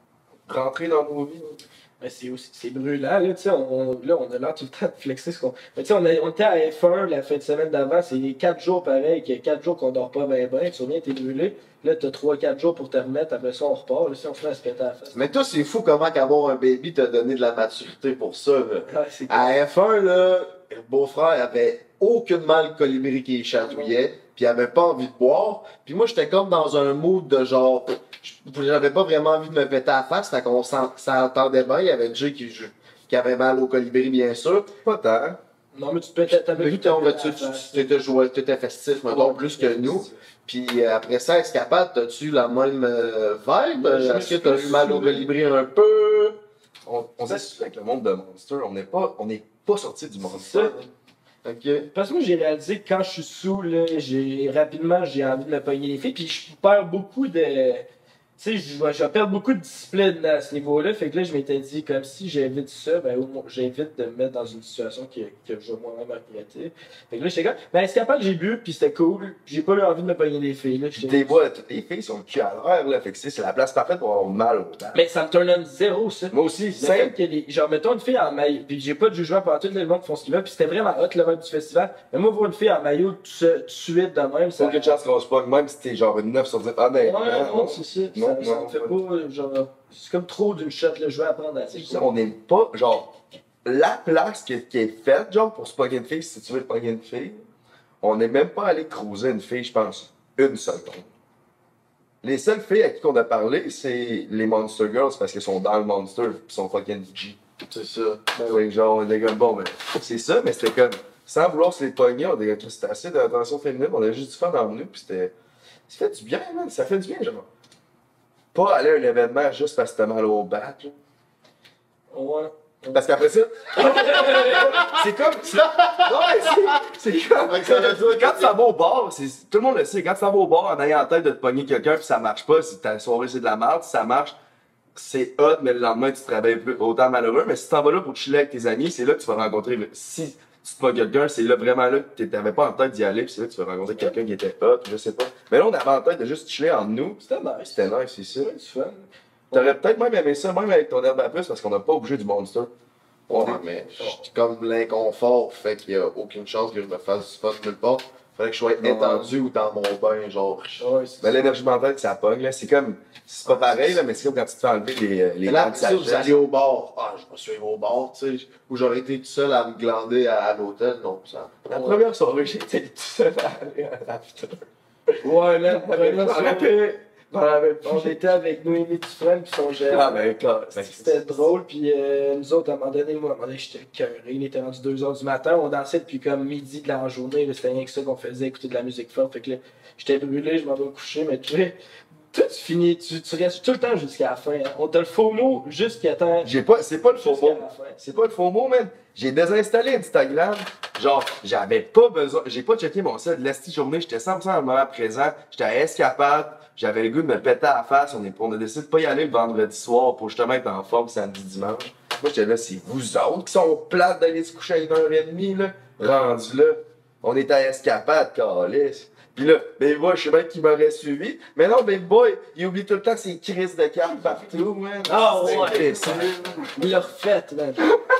rentré dans nos vies. Mais c'est brûlant, là, tu sais, on a l'air tout le temps de flexer ce qu'on... Mais tu sais, on était à F1 la fin de semaine d'avant, c'est 4 jours pareil, qu'il y a 4 jours qu'on dort pas ben, tu reviens, t'es brûlé. Là, t'as 3-4 jours pour te remettre, après ça, on repart, là, si on se met à se péter à la face. Mais toi, c'est fou comment qu'avoir un baby t'a donné de la maturité pour ça, là. Ouais, À F1, là, le beau-frère avait aucunement le colibri qui chatouillait, puis il avait pas envie de boire. Puis moi, j'étais comme dans un mood de genre... J'avais pas vraiment envie de me péter à la face, fait qu'on s'entendait bien. Il y avait Jay qui avait mal au colibri, bien sûr. Pas tant. Non, mais tu te pétais, t'avais vu t'étais joué, t'étais festif, mettons, plus que nous. Puis après ça, Escapade, t'as-tu la même vibe? Est-ce que t'as eu mal au colibri un peu? On s'est avec le monde de Monster, on n'est pas sorti du Monster. Ok. Parce que moi, j'ai réalisé que quand je suis sous, là, j'ai envie de me pogner les filles, puis je perds beaucoup de... sais, je vais perdre beaucoup de discipline à ce niveau-là. Fait que là, je m'étais dit, comme si j'évite ça, ben, au moins, j'évite de me mettre dans une situation que je vais moi-même regretter. Fait que là, j'étais comme, ben, c'est capable, j'ai bu, puis c'était cool. J'ai pas eu envie de me pogner des filles, là. Puis des fois, toutes les filles sont le cul à l'air, là. Fait que c'est la place parfaite pour avoir mal au temps. Mais ça me turn on zéro, ça. Moi aussi, Le simple. fait qu'il y ait des- genre, mettons une fille en maillot, puis j'ai pas de jugement par tout le monde qui font ce qu'ils veulent, puis c'était vraiment hot le vibe du festival. Mais moi, voir une fille en maillot tout de suite de même, ça. Aucune chance qu'on se pogne, même si t'es genre une 9 sur 10. Honnêtement. Ouais, non, c'est ça. Non, Ça non, me fait pas, genre, c'est comme trop d'une shot, là, je vais apprendre à dire. On n'est pas, genre, la place qui est faite, genre, pour se pogner une fille, si tu veux te pogner une fille, on n'est même pas allé cruiser une fille, je pense, une seconde. Les seules filles à qui on a parlé, c'est les Monster Girls, parce qu'elles sont dans le Monster, pis sont fucking G. C'est ça. Ouais, genre, on était comme, bon, mais c'est ça, mais c'était comme, sans vouloir se les pogner, on était comme, c'était assez d'attention féminine, on avait juste du fun entre nous, pis c'était, ça fait du bien, man, ça fait du bien, genre. Pas aller à un événement juste parce que t'as mal au bat, là. Ouais. Parce qu'après ça, c'est comme. C'est comme. Quand tu s'en vas au bar, tout le monde le sait, quand tu s'en vas au bar en ayant en tête de te pogner quelqu'un puis ça marche pas, si ta soirée c'est de la merde, si ça marche, c'est hot, mais le lendemain tu te réveilles autant malheureux. Mais si tu t'en vas là pour chiller avec tes amis, c'est là que tu vas rencontrer. Si tu te pognes quelqu'un, c'est là vraiment là que t'avais pas en tête d'y aller, puis c'est là que tu vas rencontrer quelqu'un qui était hot, je sais pas. Mais là on avait en tête de juste chiller entre nous. C'était nice. C'était nice, c'est ça. Ouais, du fun. T'aurais peut-être même aimé ça, même avec ton herbe à puce, parce qu'on n'a pas bougé du Monster. Ouais, mais j'ai comme l'inconfort, fait qu'il y a aucune chance que je me fasse du fun nulle part. Fallait que je sois étendu ou dans mon bain, genre. Ouais, c'est Mais l'énergie mentale que ça pogne, là, c'est comme. C'est pas pareil, là, mais c'est comme quand tu te fais enlever les Mais là, dents de après ça, vous sagesse. alliez au bar. Ah, je me suis au bar, tu sais. Où j'aurais été tout seul à me glander à l'hôtel, non, ça. La première soirée, j'ai été tout seul à aller à l'after. Ouais, là, Je vraiment, m'en rappelle. Je m'en rappelle plus. on était avec Noémie Dufresne pis son gérant. Ah, ben, clair. C'était drôle, puis nous autres, à un moment donné, j'étais cœuré. Il était rendu 2h du matin, on dansait depuis comme midi de la journée. Là, c'était rien que ça qu'on faisait, écouter de la musique forte. Fait que là, j'étais brûlé, je m'en vais coucher, mais tu sais, toi, tu finis, tu restes tout le temps jusqu'à la fin. Hein. On t'a le faux mot jusqu'à temps. C'est pas le faux mot. C'est pas le faux mot, man. J'ai désinstallé Instagram. Genre, j'avais pas besoin. J'ai pas checké mon site de la journée. J'étais 100% dans le moment présent. J'étais à Escapade. J'avais le goût de me péter à la face. On a décidé de pas y aller le vendredi soir pour justement être en forme samedi, dimanche. Moi, j'étais là, c'est vous autres qui sont plates d'aller se coucher à 1h30, là. Rendu là. On était à Escapade, câlisse. Pis là, Baby Boy, je sais bien qu'il m'aurait suivi. Mais non, Baby Boy, il oublie tout le temps ses crises de cartes partout, man. Ah C'est ouais! impressionnant. Il l'a refait, man.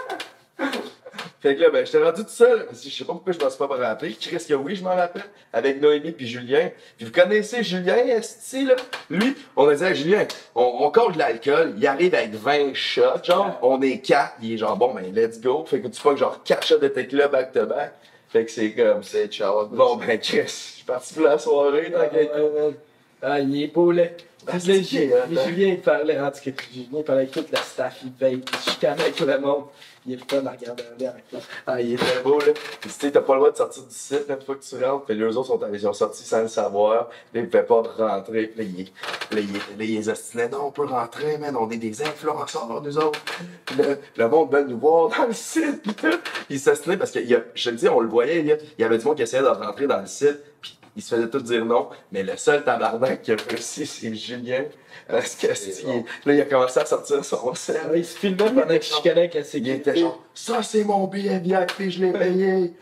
Fait que là, ben, j'étais rendu tout seul. Je sais pas pourquoi je m'en suis pas rappelé. Chris, que oui, je m'en rappelle. Avec Noémie puis Julien. Puis vous connaissez Julien, esti, là? Lui, on a dit à Julien, on compte de l'alcool. Il arrive avec 20 shots, genre. On est 4. Il est genre, bon, ben, let's go. Fait que tu pognes genre 4 shots de tequila back-to-back. Fait que c'est comme, c'est ciao. Bon, ben, Chris, je suis parti pour la soirée, t'inquiète. Ah, il est beau, là. Ah, Là, c'est Julien, qui, hein? il parlait, en tout cas, Julien, il parlait avec toute la staff, il veille, il chicanait avec tout le monde. Il est le fun à regarder avec toi. Ah, il était beau, là. Puis, tu sais, t'as pas le droit de sortir du site, là, une fois que tu rentres. Puis, les autres ils ont sorti sans le savoir. Là, ils pouvaient pas rentrer. Puis, là, ils ostinaient. Non, on peut rentrer, man. On est des influenceurs, nous autres. Puis, le monde veut nous voir dans le site. Puis, tout. Ils s'ostinaient parce que, je te dis, on le voyait, il y avait du monde qui essayait de rentrer dans le site. Puis, ils se faisaient tous dire non. Mais le seul tabarnak qui a réussi, c'est Julien. Parce que, là, il a commencé à sortir son sel. Ah, il se filmait pendant qu'il chicanait avec la Il sécurité. était genre, ça c'est mon billet VIP, je l'ai payé.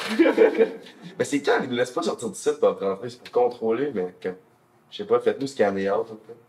Mais c'est quand ils nous laissent pas sortir du site pour rentrer, c'est pour contrôler, mais comme, je sais pas, faites-nous scanner out.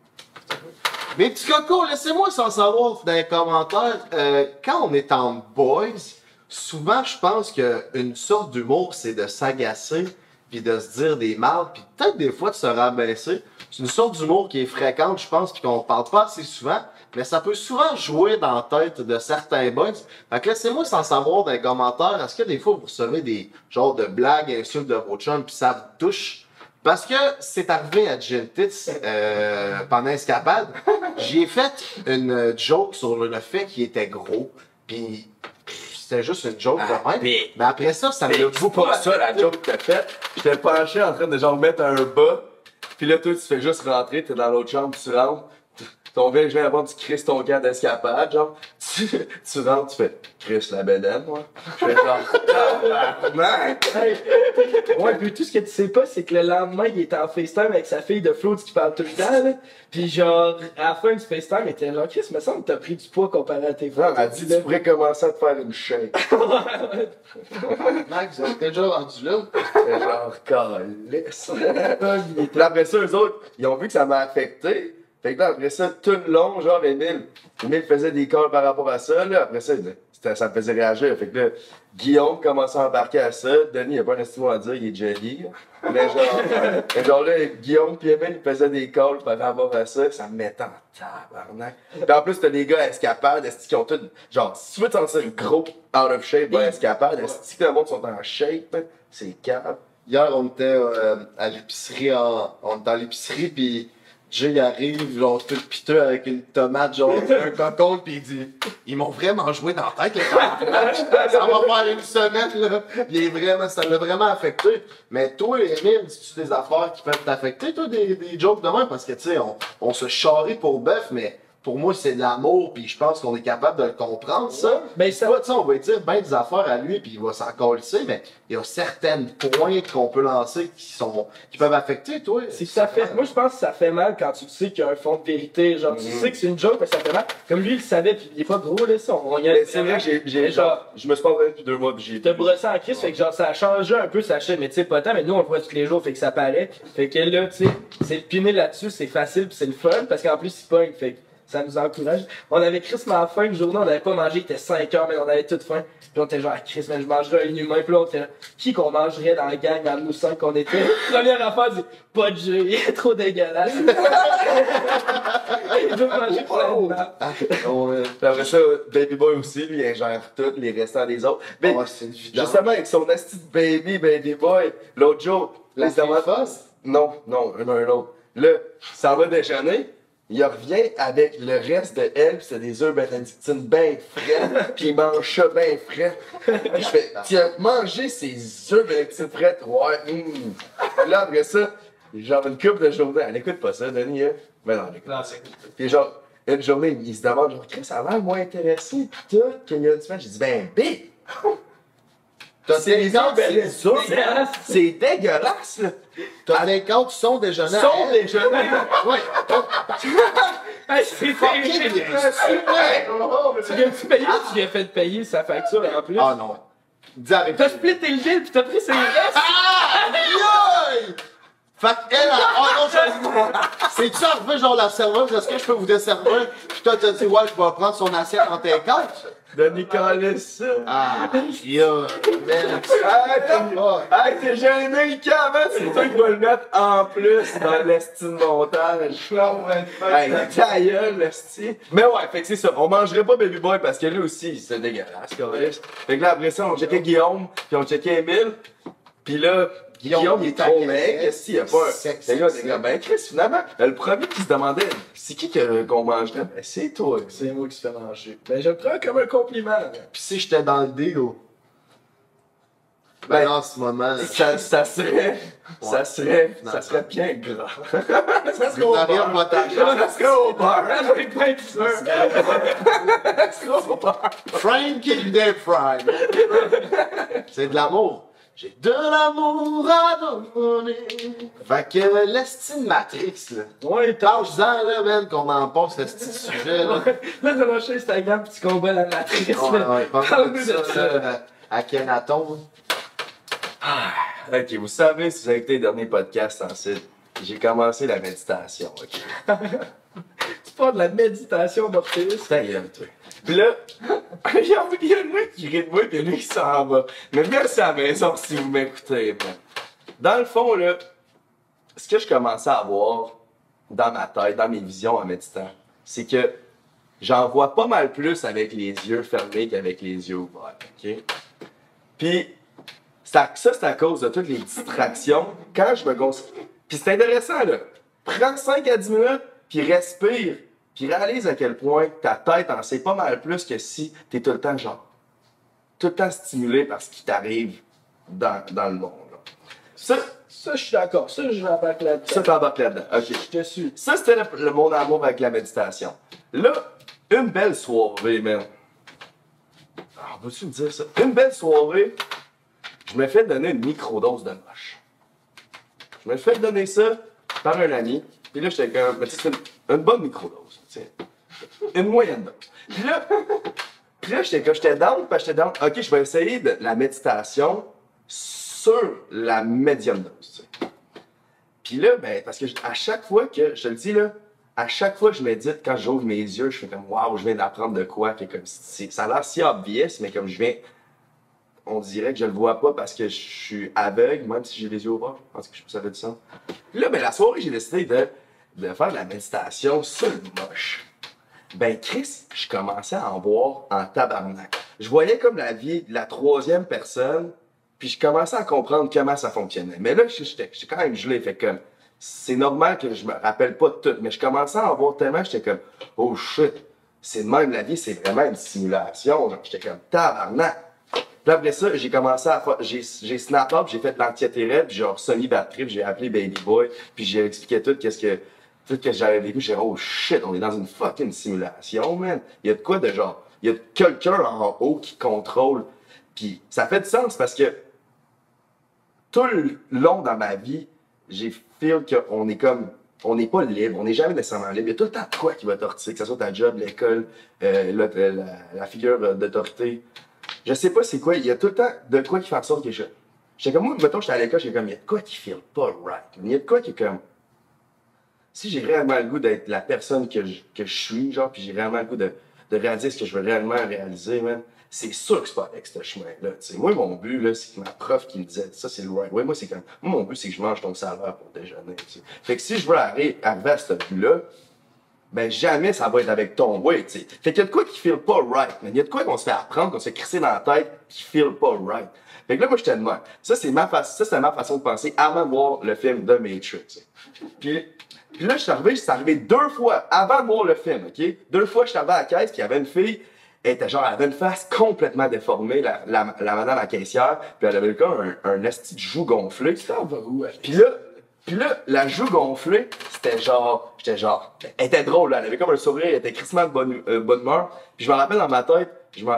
Mes petits cocos, laissez-moi sans savoir dans les commentaires. Quand on est en boys, souvent je pense qu'une sorte d'humour, c'est de s'agacer, puis de se dire des mal, puis peut-être des fois de se rabaisser. C'est une sorte d'humour qui est fréquente, je pense, puis qu'on parle pas assez souvent. Mais ça peut souvent jouer dans la tête de certains boys. Fait que laissez-moi sans savoir dans les commentaires, est-ce que des fois vous recevez des genres de blagues, insultes de vos chums, puis ça vous touche? Parce que c'est arrivé à Gentits pendant Escapade. J'y ai fait une joke sur le fait qu'il était gros, puis c'était juste une joke de même. Mais après ça, ça me l'a beaucoup Pas ça la joke que t'as faite. J'étais penché en train de genre mettre un bas. Puis là, toi, tu fais juste rentrer, t'es dans l'autre chambre, tu rentres. ton vieux, je viens d'avoir du Chris ton camp d'escapade, genre, tu rentres, tu fais Chris la bédaine, moi. Je fais genre, tabarnak! Ouais, puis tout ce que tu sais pas, c'est que le lendemain, il était en FaceTime avec sa fille de Floats qui parle tout le temps, là. Puis genre, à la fin du FaceTime, il était genre, Chris, me semble que t'as pris du poids comparé à tes Non, frères. elle a dit, tu pourrais commencer à te faire une shake. Max, vous êtes déjà rendu là? J'étais genre, calisse. Puis après ça, eux autres, ils ont vu que ça m'a affecté. Fait que là, après ça, tout le long, genre, Émile faisait des calls par rapport à ça, là. Après ça, ça me faisait réagir. Fait que là, Guillaume commençait à embarquer à ça. Denis, il a pas un estimant à dire, il est jelly. Là. Mais genre là, Guillaume pis Émile, ils faisaient des calls par rapport à ça. Ça me mettait en tabarnak. Puis en plus, t'as des gars escapades, qui ont tout. Genre, si tu veux t'en sortir gros, out of shape, pas escapades, est-ce que le monde sont en shape, c'est calme. Hier, on était à l'épicerie, on était à l'épicerie, pis Jay arrive, genre tout piteux avec une tomate, genre un cocon, pis il dit « Ils m'ont vraiment joué dans la tête, là. Ça va faire une semaine, là. » Ça l'a vraiment affecté. Mais toi, Émile, dis-tu des affaires qui peuvent t'affecter, toi, des jokes de même? Parce que, tu sais, on se charrie pour bœuf, mais pour moi, c'est de l'amour, puis je pense qu'on est capable de le comprendre, ça. Ben, Ça va, tu sais, on va lui dire ben des affaires à lui, puis il va s'en coller, mais il y a certaines pointes qu'on peut lancer qui peuvent affecter, toi. C'est que ça fait. Moi, je pense que ça fait mal quand tu sais qu'il y a un fond de vérité. Genre, tu sais que c'est une joke, mais ça fait mal. Comme lui, il le savait, puis il est pas gros, là, ça. Mais c'est vrai que j'ai genre, je me suis pas entraîné depuis 2 mois, puis j'ai. T'as brossé en crise, fait que genre, ça a changé un peu sa chaîne, mais tu sais, pas tant, mais nous, on le voit tous les jours, fait que ça paraît. Fait que là, tu sais, c'est de piner là-dessus, c'est facile, puis c'est le fun, parce qu'en plus, il pogne, fait que ça nous encourage. On avait crissement faim, une journée, on n'avait pas mangé, il était 5 heures, mais on avait toute faim. Puis on était genre, Chris, mais je mangerais un humain. Puis là, on était là, qui qu'on mangerait dans la gang, dans nous 5 qu'on était? Première affaire, c'est pas de jeu, il est trop dégueulasse. Il veut manger plein de marde. Puis après ça, Baby Boy aussi, lui, il ingère tout, les restants des autres. Mais c'est évident. justement, avec son asti de Baby Boy, l'autre jour, La les demandes. Non, un autre. Là, ça va déjeuner. Il revient avec le reste de elle, pis c'est des œufs bénédictines bien frais, pis il mange ça bien frais. Pis je fais, tu as mangé ces œufs bénédictines frais? Ouais, Là, après ça, genre une couple de journées, elle écoute pas ça, Denis, hein? Mais non, elle écoute pas ça. Pis genre, une journée, il se demande, genre, Chris, ça a l'air moins intéressé, pis tout, qu'il y a une semaine, j'ai dit, ben, big! C'est les œufs bénédictines, c'est dégueulasse, là! T'as des comptes qui sont déjeunés. Sont déjeunés! Ouais. Hey, c'est Fucking bien Tu viens-tu payer ou tu viens fait payer sa facture en plus? Ah non. Dis avec. T'as splitté le bill pis t'as pris ses restes? Aïe! Fait qu'elle a. Oh non, c'est-tu arrivé genre la serveuse? Est-ce que je peux vous desservir? Puis toi, t'as dit, ouais, je vais prendre son assiette en take-out. Denis Callis, ça! Ah, yo, man. Hey, t'es gêné, le camp, hein? C'est toi qui vas le mettre en plus dans l'estime montage. Hey, ta gueule, l'esti. Mais ouais, fait que c'est ça. On mangerait pas Baby Boy parce que lui aussi, c'est dégueulasse, Callis. Fait que là, après ça, on checkait Guillaume, puis on checkait Émile. Puis là, Guillaume, il est trop mec, qu'est-ce qu'il y a pas un. Là, c'est comme, ben, Chris, finalement, le premier qui se demandait, c'est qui qu'on mangerait? Ben, c'est toi. C'est moi qui se fais manger. Ben, je le prends comme un compliment. Pis si j'étais dans le deal, ben en ce moment. Ça serait bien gras. Ça serait au bar. Ça serait au bar. Avec plein de sueur. Ça serait au bar. Frank and Deep Fry. C'est de l'amour. J'ai de l'amour à donner. Fait que l'estime Matrix, là. Ouais, Parle-en, là, man, qu'on en passe ce petit sujet, là. Là, t'as lâché Instagram pis tu combats la matrice. Ouais, Parle-nous de ça, là, à Kenaton. Ok, vous savez, si vous avez écouté les derniers podcasts ensuite, j'ai commencé la méditation, ok? Tu parles de la méditation, Morpheus. Ta gueule, toi. Pis là, il y a un mec qui rit de moi pis lui qui s'en va. Mais merci à la maison si vous m'écoutez, man. Dans le fond, là, ce que je commençais à voir dans ma tête, dans mes visions en méditant, c'est que j'en vois pas mal plus avec les yeux fermés qu'avec les yeux ouverts, ok? Puis, ça, c'est à cause de toutes les distractions. Quand je me concentre. Puis c'est intéressant, là. Prends 5 à 10 minutes, puis respire. Puis réalise à quel point ta tête en sait pas mal plus que si t'es tout le temps, genre, tout le temps stimulé par ce qui t'arrive dans le monde, là. Ça, Ça, je suis d'accord. Ça, je m'embarque là-dedans. ça t'embarques là-dedans. OK. Je te suis. Ça, c'était mon amour avec la méditation. Là, une belle soirée, man. Ah, vas-tu me dire ça? Une belle soirée, je me fais donner une microdose de moche. Je me fais donner ça par un ami. Puis là, j'étais comme, mais tu sais, c'est une bonne microdose. Tu sais. Une moyenne dose. Puis là, j'étais down, parce que j'étais down. OK, je vais essayer de la méditation sur la médium dose. Tu sais. Puis là, ben, parce que à chaque fois que, je te le dis là, à chaque fois que je médite, quand j'ouvre mes yeux, je fais comme, waouh, je viens d'apprendre de quoi. Que comme, ça a l'air si obvious, mais comme je viens, on dirait que je le vois pas parce que je suis aveugle, même si j'ai les yeux ouverts. Je pense que ça fait du sens. Puis là, ben, la soirée, j'ai décidé de faire de la méditation sur le moche. Ben, Chris, je commençais à en voir en tabarnak. Je voyais comme la vie de la troisième personne, puis je commençais à comprendre comment ça fonctionnait. Mais là, j'étais quand même gelé, fait comme, c'est normal que je me rappelle pas de tout, mais je commençais à en voir tellement, j'étais comme, oh shit, c'est de même la vie, c'est vraiment une simulation. Genre, j'étais comme, tabarnak. Puis après ça, j'ai commencé à faire, j'ai snap up, j'ai fait de l'antiatérène, puis genre semi-bad trip, j'ai appelé Baby Boy, puis j'ai expliqué tout ce que j'avais vécu. J'ai dit, oh shit, on est dans une fucking simulation, man. Il y a de quoi de genre, il y a quelqu'un en haut qui contrôle. Puis ça fait du sens parce que tout le long dans ma vie, j'ai feel qu'on est comme, on n'est pas libre, on n'est jamais nécessairement libre. Il y a tout le temps de quoi qui va t'ortiser, que ce soit ta job, l'école, la figure d'autorité. Je sais pas c'est quoi, il y a tout le temps de quoi qui fait en sorte que j'étais comme moi, mettons, j'étais à l'école, j'étais comme, il y a de quoi qui feel pas right. Il y a de quoi qui est comme, si j'ai réellement le goût d'être la personne que je suis, genre, puis j'ai réellement le goût de réaliser ce que je veux réellement réaliser, man, c'est sûr que c'est pas avec ce chemin-là, tu sais. Moi, mon but, là, c'est que ma prof qui me disait, ça, c'est le right way. Moi, c'est comme, moi, mon but, c'est que je mange ton salaire pour déjeuner, tu sais. Fait que si je veux arriver à ce but-là, ben, jamais ça va être avec ton way, tu sais. Fait qu'il y a de quoi qui feel pas right, man. Il y a de quoi qu'on se fait apprendre, qu'on se fait crisser dans la tête, qui feel pas right. Fait que là, moi, j'étais de moi. Ça, c'était ma façon de penser avant de voir le film The Matrix. Puis là, c'est arrivé 2 fois avant de voir le film, OK? 2 fois, je suis arrivé à la caisse, puis il y avait une fille, elle avait une face complètement déformée, la madame à la caissière, puis elle avait comme un esti de joue gonflé. Puis là, la joue gonflée, j'étais genre, elle était drôle, là, elle avait comme un sourire, elle était crissement de bonne humeur. Puis je me rappelle dans ma tête,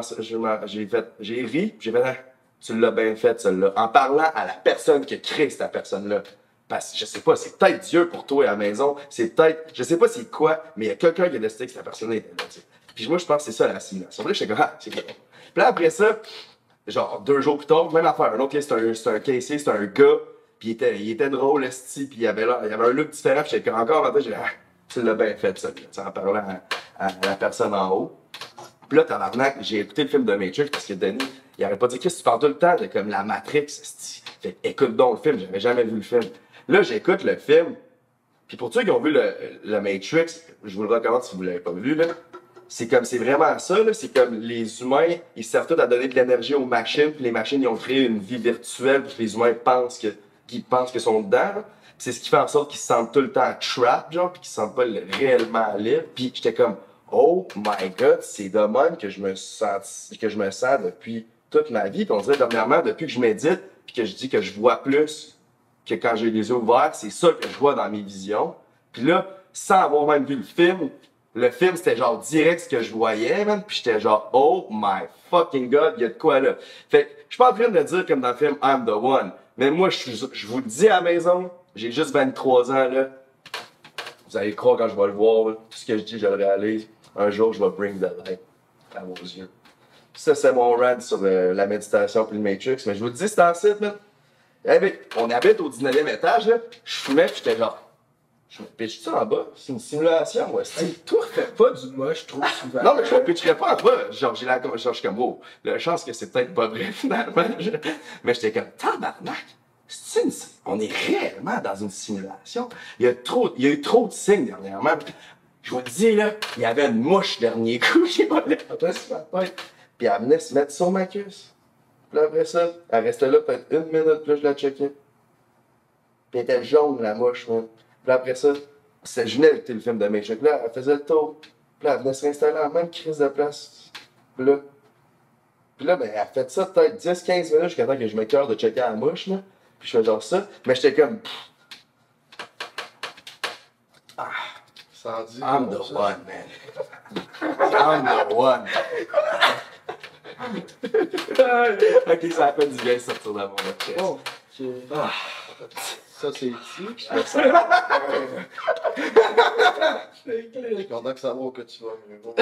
j'ai ri, puis j'ai fait, ah, tu l'as bien fait, celle-là, en parlant à la personne qui a créé cette personne-là. Parce que je sais pas, c'est peut-être Dieu pour toi à la maison, c'est peut-être, je sais pas c'est quoi, mais il y a quelqu'un qui a décidé que cette personne était là, tu sais. Puis moi, je pense que c'est ça la simulation. Là, j'étais comme, ah, c'est quoi. Puis là, après ça, genre 2 jours plus tard, même affaire, un autre, c'est un caissier, c'est un gars, puis il était drôle, esti, puis il avait un look différent, puis j'étais encore en tête, j'ai dit, ah, tu l'as bien fait, ça, en parlant à la personne en haut. Puis là, tabarnak, j'ai écouté le film de Matrix parce que Denis, il aurait pas dit, qu'est-ce que tu parles tout le temps de comme la Matrix, esti. Fait écoute donc le film, j'avais jamais vu le film. Là, j'écoute le film, puis pour ceux qui ont vu le Matrix, je vous le recommande si vous l'avez pas vu, là, c'est vraiment ça, là, c'est comme les humains, ils servent tous à donner de l'énergie aux machines, puis les machines, ils ont créé une vie virtuelle, puis les humains pensent qu'ils sont dedans, là. C'est ce qui fait en sorte qu'ils se sentent tout le temps trap, genre, puis qu'ils se sentent pas réellement libres. Puis j'étais comme, oh my god, c'est de même que je me sens depuis toute ma vie. Puis on dirait dernièrement, depuis que je médite, puis que je dis que je vois plus que quand j'ai les yeux ouverts, c'est ça que je vois dans mes visions. Puis là, sans avoir même vu le film, c'était genre direct ce que je voyais, man. Puis j'étais genre, oh my fucking god, il y a de quoi là. Fait que je suis pas en train de le dire comme dans le film I'm the One. Mais moi, je vous le dis à la maison, j'ai juste 23 ans, là. Vous allez croire quand je vais le voir, là. Tout ce que je dis, je le réalise. Un jour, je vais bring the light à vos yeux. Puis ça, c'est mon rant sur la méditation puis le Matrix. Mais je vous le dis, c'est en site, man. On habite au 19e étage, là. Je fumais, puis j'étais genre, je me pitche ça en bas? C'est une simulation, ouais. Hey, toi, refais pas du moche trop souvent. Non, mais je me pitcherais pas en bas. Genre, je suis comme, oh, la chance que c'est peut-être pas vrai, finalement. Mais j'étais comme, tabarnak! On est réellement dans une simulation. Il y a eu trop de signes dernièrement. Je vous le dis, là, il y avait une mouche dernier coup qui m'a levé sur ma tête. Puis elle venait se mettre sur ma cuisse. Puis après ça, elle restait là peut-être 1 minute, puis là, je la checkais. Puis elle était jaune, la mouche, man. Puis après ça, je venais d'écouter le film de Matrix. Là, elle faisait le tour. Puis là, elle venait se réinstaller en même crise de place. Puis là, ben, elle a fait ça peut-être 10-15 minutes jusqu'à temps que je m'écœure de checker la mouche, là. Puis je fais genre ça. Mais j'étais comme, Sans dire. I'm the one, man. I'm the one. Ok, ça a fait du bien de sortir dans mon chest. Oh, Ça, c'est ici. Je suis content que ça va que tu vas mieux.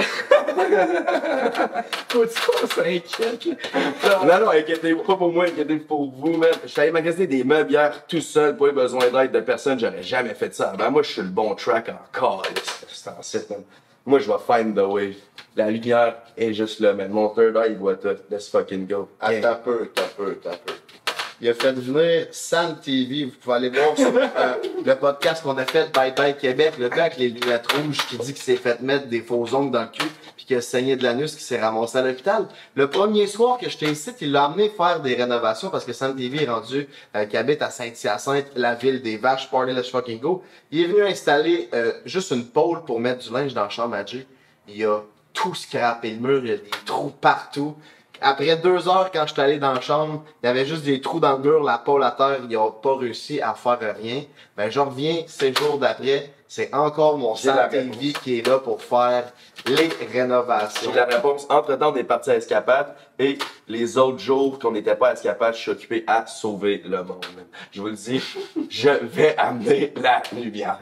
faut-tu qu'on s'inquiète? Non, inquiétez-vous pas pour moi, inquiétez-vous pour vous, man. Je suis allé magasiner des meubles hier tout seul, pas eu besoin d'aide de personne, j'aurais jamais fait ça. Ben moi, je suis le bon track encore. C'est en site, man. Moi, je vais find the way. La lumière est juste là, man. Mon third eye, il voit tout. Let's fucking go. Ah, t'as peu. Il a fait venir Sam TV. Vous pouvez aller voir sur le podcast qu'on a fait Bye Bye Québec. Le gars avec les lunettes rouges qui dit qu'il s'est fait mettre des faux ongles dans le cul puis qu'il a saigné de l'anus qui s'est ramassé à l'hôpital. Le premier soir que j'étais ici, il l'a amené faire des rénovations parce que Sam TV est rendu qui habite à Saint-Hyacinthe, la ville des vaches, party let's fucking go. Il est venu installer juste une pôle pour mettre du linge dans la chambre à Jay. Il a tout scrappé le mur, il y a des trous partout. Après 2 heures, quand je suis allé dans la chambre, il y avait juste des trous dans le mur, la pôle à terre, ils n'ont pas réussi à faire rien. Ben, je reviens 6 jours d'après, c'est encore mon Sam TV qui est là pour faire les rénovations. J'ai la réponse. Entre-temps, on est parti à Escapade et les autres jours qu'on n'était pas à Escapade, je suis occupé à sauver le monde. Je vous le dis, je vais amener la lumière.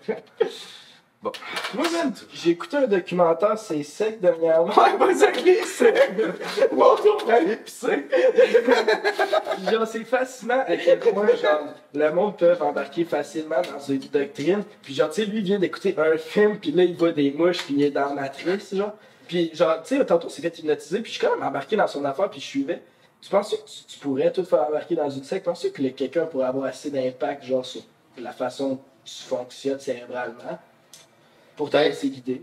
Bon. Moi, même, j'ai écouté un documentaire, c'est sec dernièrement. Ouais, pas ça qui est sec. Bonjour, on va aller pisser. Genre, c'est fascinant à quel point, genre, le monde peut embarquer facilement dans une doctrine. Puis, genre, tu sais, lui, il vient d'écouter un film, puis là, il voit des mouches, puis il est dans la matrice, genre. Puis, genre, tu sais, tantôt, c'est fait hypnotiser, puis je suis quand même embarqué dans son affaire, puis je suivais. Tu penses que tu pourrais tout faire embarquer dans une secte? Penses-tu que quelqu'un pourrait avoir assez d'impact, genre, sur la façon dont tu fonctionnes cérébralement pour t'aider guider?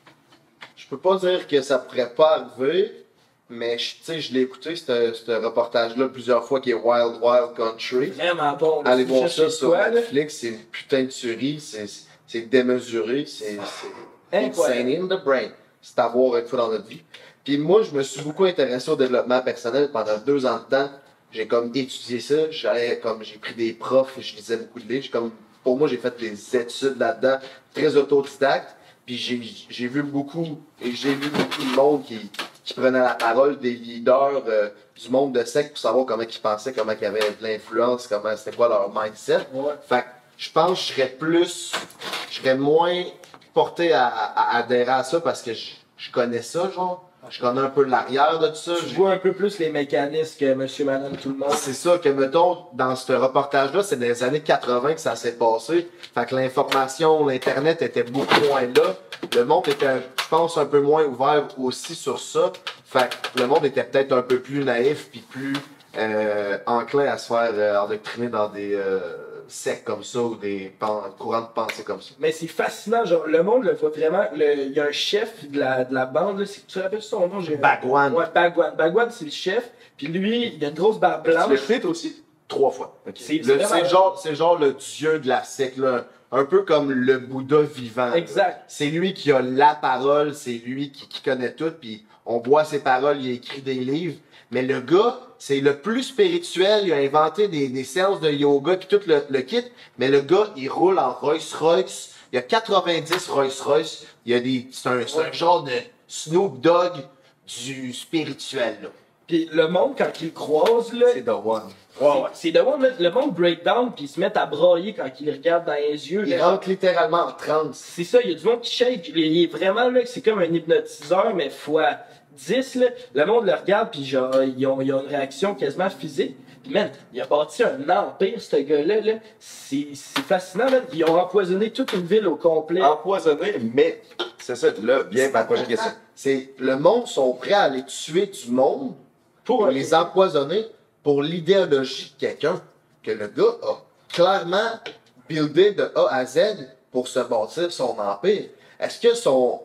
Je peux pas dire que ça pourrait pas arriver, mais tu sais, je l'ai écouté, ce reportage-là, plusieurs fois, qui est Wild Wild Country. Vraiment bon. Là, allez voir ça sur quoi, Netflix, c'est une putain de tuerie, c'est démesuré, c'est insane in the brain. C'est à voir une fois dans notre vie. Puis moi, je me suis beaucoup intéressé au développement personnel pendant 2 ans de temps. J'ai comme étudié ça, j'ai pris des profs, je lisais beaucoup de livres, pour moi, j'ai fait des études là-dedans, très autodidacte. Puis j'ai vu beaucoup de monde qui prenait la parole, des leaders du monde de secte pour savoir comment ils pensaient, comment ils avaient de l'influence, comment c'était quoi leur mindset. Ouais. Fait que je pense que je serais moins porté à adhérer à ça parce que je connais ça, genre. Je connais un peu l'arrière de tout ça. Je vois un peu plus les mécanismes que monsieur, madame, tout le monde. C'est ça que, mettons, dans ce reportage-là, c'est dans les années 80 que ça s'est passé. Fait que l'information, l'Internet était beaucoup moins là. Le monde était, je pense, un peu moins ouvert aussi sur ça. Fait que le monde était peut-être un peu plus naïf puis plus enclin à se faire endoctriner dans des sectes comme ça ou des courants de pensée comme ça. Mais c'est fascinant, genre, le monde le voit vraiment. Il y a un chef de la bande, là, tu te rappelles son nom? Bagwan. Ouais, Bagwan. Bagwan, c'est le chef. Puis lui, il a une grosse barbe blanche. Tu l'as fait aussi? 3 fois. Okay. C'est genre le dieu de la secte, là. Un peu comme le Bouddha vivant. Exact. C'est lui qui a la parole, c'est lui qui connaît tout, puis on boit ses paroles, il a écrit des livres. Mais le gars, c'est le plus spirituel, il a inventé des séances de yoga puis tout le kit. Mais le gars, il roule en Rolls-Royce. Il y a 90 Rolls-Royce. C'est un genre de Snoop Dogg du spirituel, là. Puis le monde, quand il le croise, là... C'est The One. Ouais. C'est The One, là, le monde breakdown, puis ils se mettent à brailler quand ils le regardent dans les yeux. Il rentre littéralement en transe. C'est ça, il y a du monde qui shake. Il est vraiment, là, c'est comme un hypnotiseur, mais fois 10, là. Le monde le regarde, puis genre, ils ont une réaction quasiment physique. Puis man, il a bâti un empire, ce gars-là, là. C'est fascinant, man. Ils ont empoisonné toute une ville au complet. Empoisonné, mais c'est ça, là, bien ma prochaine question. C'est le monde sont prêts à aller tuer du monde pour les empoisonner pour l'idéologie de quelqu'un que le gars a clairement buildé de A à Z pour se bâtir son empire. Est-ce que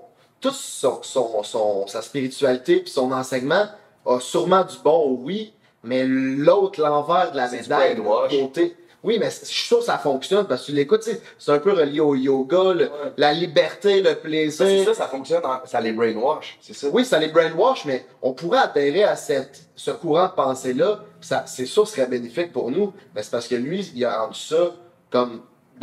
sa spiritualité et son enseignement a sûrement du bon, oui, mais l'envers de la médaille, côté. Oui, mais je suis sûr que ça fonctionne parce que tu l'écoutes, tu sais, c'est un peu relié au yoga, la liberté, le plaisir. C'est ça, ça fonctionne, ça les brainwash, c'est ça. Oui, ça les brainwash, mais on pourrait atterrir à ce courant de pensée-là, c'est sûr que ce serait bénéfique pour nous, mais c'est parce que lui, il a rendu ça comme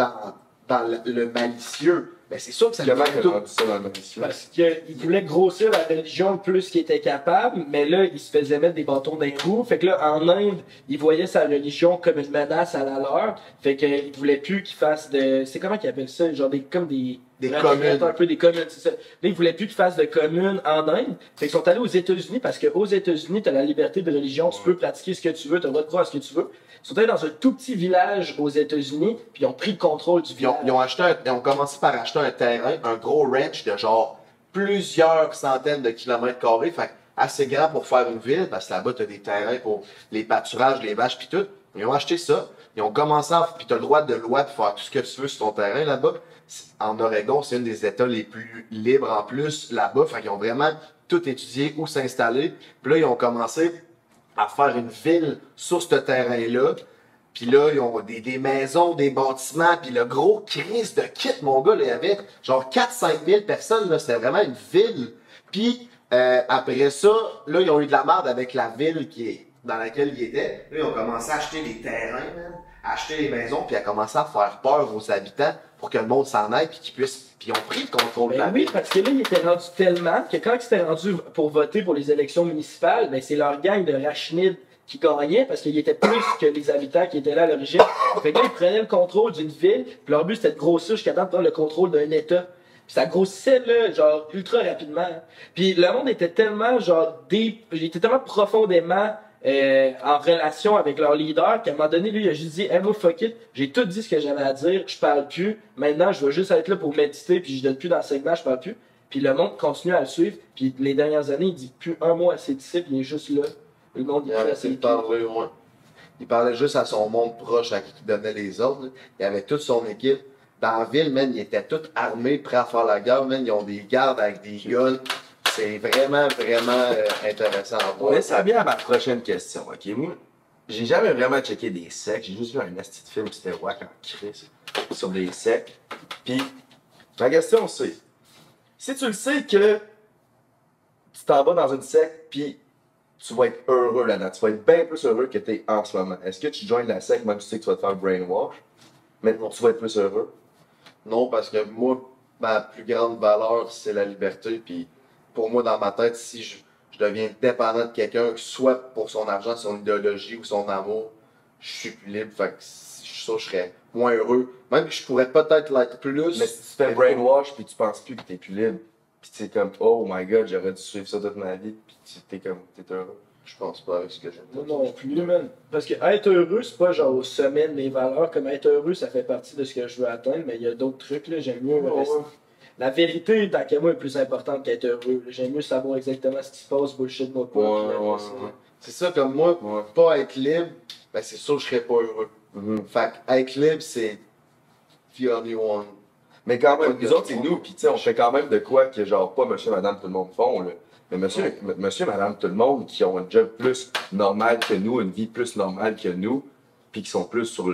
dans le malicieux. Mais c'est sûr que ça Comment fait il a rendu ça dans le malicieux? Parce qu'il voulait grossir la religion le plus qu'il était capable, mais là, il se faisait mettre des bâtons dans les roues. Fait que là, en Inde, il voyait sa religion comme une menace à la leur. Fait qu'il voulait plus qu'il fasse de... C'est comment qu'il appelle ça? Genre comme des communes. Un peu des communes, c'est ça. Là, il voulait plus qu'il fasse de communes en Inde. Fait qu'ils sont allés aux États-Unis parce qu'aux États-Unis, t'as la liberté de religion, tu peux pratiquer ce que tu veux, t'as le droit de croire ce que tu veux. Ils sont allés dans un tout petit village aux États-Unis, puis ils ont pris le contrôle du village. Ils ont commencé par acheter un terrain, un gros ranch de genre plusieurs centaines de kilomètres carrés, fait assez grand pour faire une ville, parce que là-bas, tu as des terrains pour les pâturages, les vaches, puis tout. Ils ont acheté ça, ils ont commencé puis tu as le droit de loi de faire tout ce que tu veux sur ton terrain là-bas. En Oregon, c'est un des États les plus libres en plus là-bas, fait qu'ils ont vraiment tout étudié où s'installer. Puis là, ils ont commencé à faire une ville sur ce terrain-là. Puis là, ils ont des maisons, des bâtiments, puis le gros crise de kit, mon gars, là, il y avait genre 4-5 000 personnes, là, c'était vraiment une ville. Puis après ça, là, ils ont eu de la merde avec la ville dans laquelle ils étaient. Là, ils ont commencé à acheter des terrains, à acheter des maisons, puis à commencer à faire peur aux habitants pour que le monde s'en aille, puis qu'ils puissent... Puis ils ont pris le contrôle de la Oui, ville. parce que là, il était rendu tellement que quand ils étaient rendus pour voter pour les élections municipales, ben c'est leur gang de rachinides qui gagnait parce qu'il était plus que les habitants qui étaient là à l'origine. Fait que là, ils prenaient le contrôle d'une ville, puis leur but c'était de grossir jusqu'à temps de prendre le contrôle d'un État. Puis ça grossissait là, genre ultra rapidement. Puis le monde était tellement genre deep, il était tellement profondément en relation avec leur leader qu'à un moment donné, lui, il a juste dit hey, moi, fuck it, j'ai tout dit ce que j'avais à dire, je parle plus. Maintenant, je veux juste être là pour méditer, puis je donne plus d'enseignement, je parle plus. Puis le monde continue à le suivre. Puis les dernières années, il dit plus un mot à ses disciples, il est juste là. Le monde, Il parlait juste à son monde proche à qui il donnait les ordres. Là. Il avait toute son équipe. Dans la ville, man, ils étaient tous armés, prêts à faire la guerre. Man, ils ont des gardes avec des guns. C'est vraiment, vraiment intéressant à voir. Mais ça vient à ma prochaine question, ok? Moi, j'ai jamais vraiment checké des sectes. J'ai juste vu un asti de film, c'était wack en crise, sur des sectes. Puis, ma question c'est, si tu le sais que tu t'en vas dans une secte, puis tu vas être heureux là-dedans, tu vas être bien plus heureux que tu es en ce moment. Est-ce que tu joins la secte, même si tu sais que tu vas te faire brainwash, mais tu vas être plus heureux? Non, parce que moi, ma plus grande valeur, c'est la liberté. Puis pour moi, dans ma tête, si je deviens dépendant de quelqu'un, soit pour son argent, son idéologie ou son amour, je suis plus libre. Fait que je suis sûr que je serais moins heureux. Même que je pourrais peut-être l'être plus. Mais si tu fais brainwash puis tu penses plus que t'es plus libre, puis tu es comme oh my god, j'aurais dû suivre ça toute ma vie, puis t'es heureux. Je pense pas avec ce que j'aime. Moi non plus, man. Parce que être heureux, c'est pas genre au sommet de mes valeurs. Comme être heureux, ça fait partie de ce que je veux atteindre, mais il y a d'autres trucs, là. J'aime mieux rester. La vérité, tant qu'à moi, est plus importante qu'être heureux. J'aime mieux savoir exactement ce qui se passe, bullshit moi pas. Ouais. C'est ça, comme moi, pas être libre, ben c'est sûr que je serais pas heureux. Fait que être libre, c'est the only one. Mais quand même, nous autres, c'est nous, pis tu sais, on fait quand même de quoi que genre pas monsieur, madame, tout le monde font, là. Mais monsieur, madame, tout le monde qui ont un job plus normal que nous, une vie plus normale que nous, puis qui sont plus sur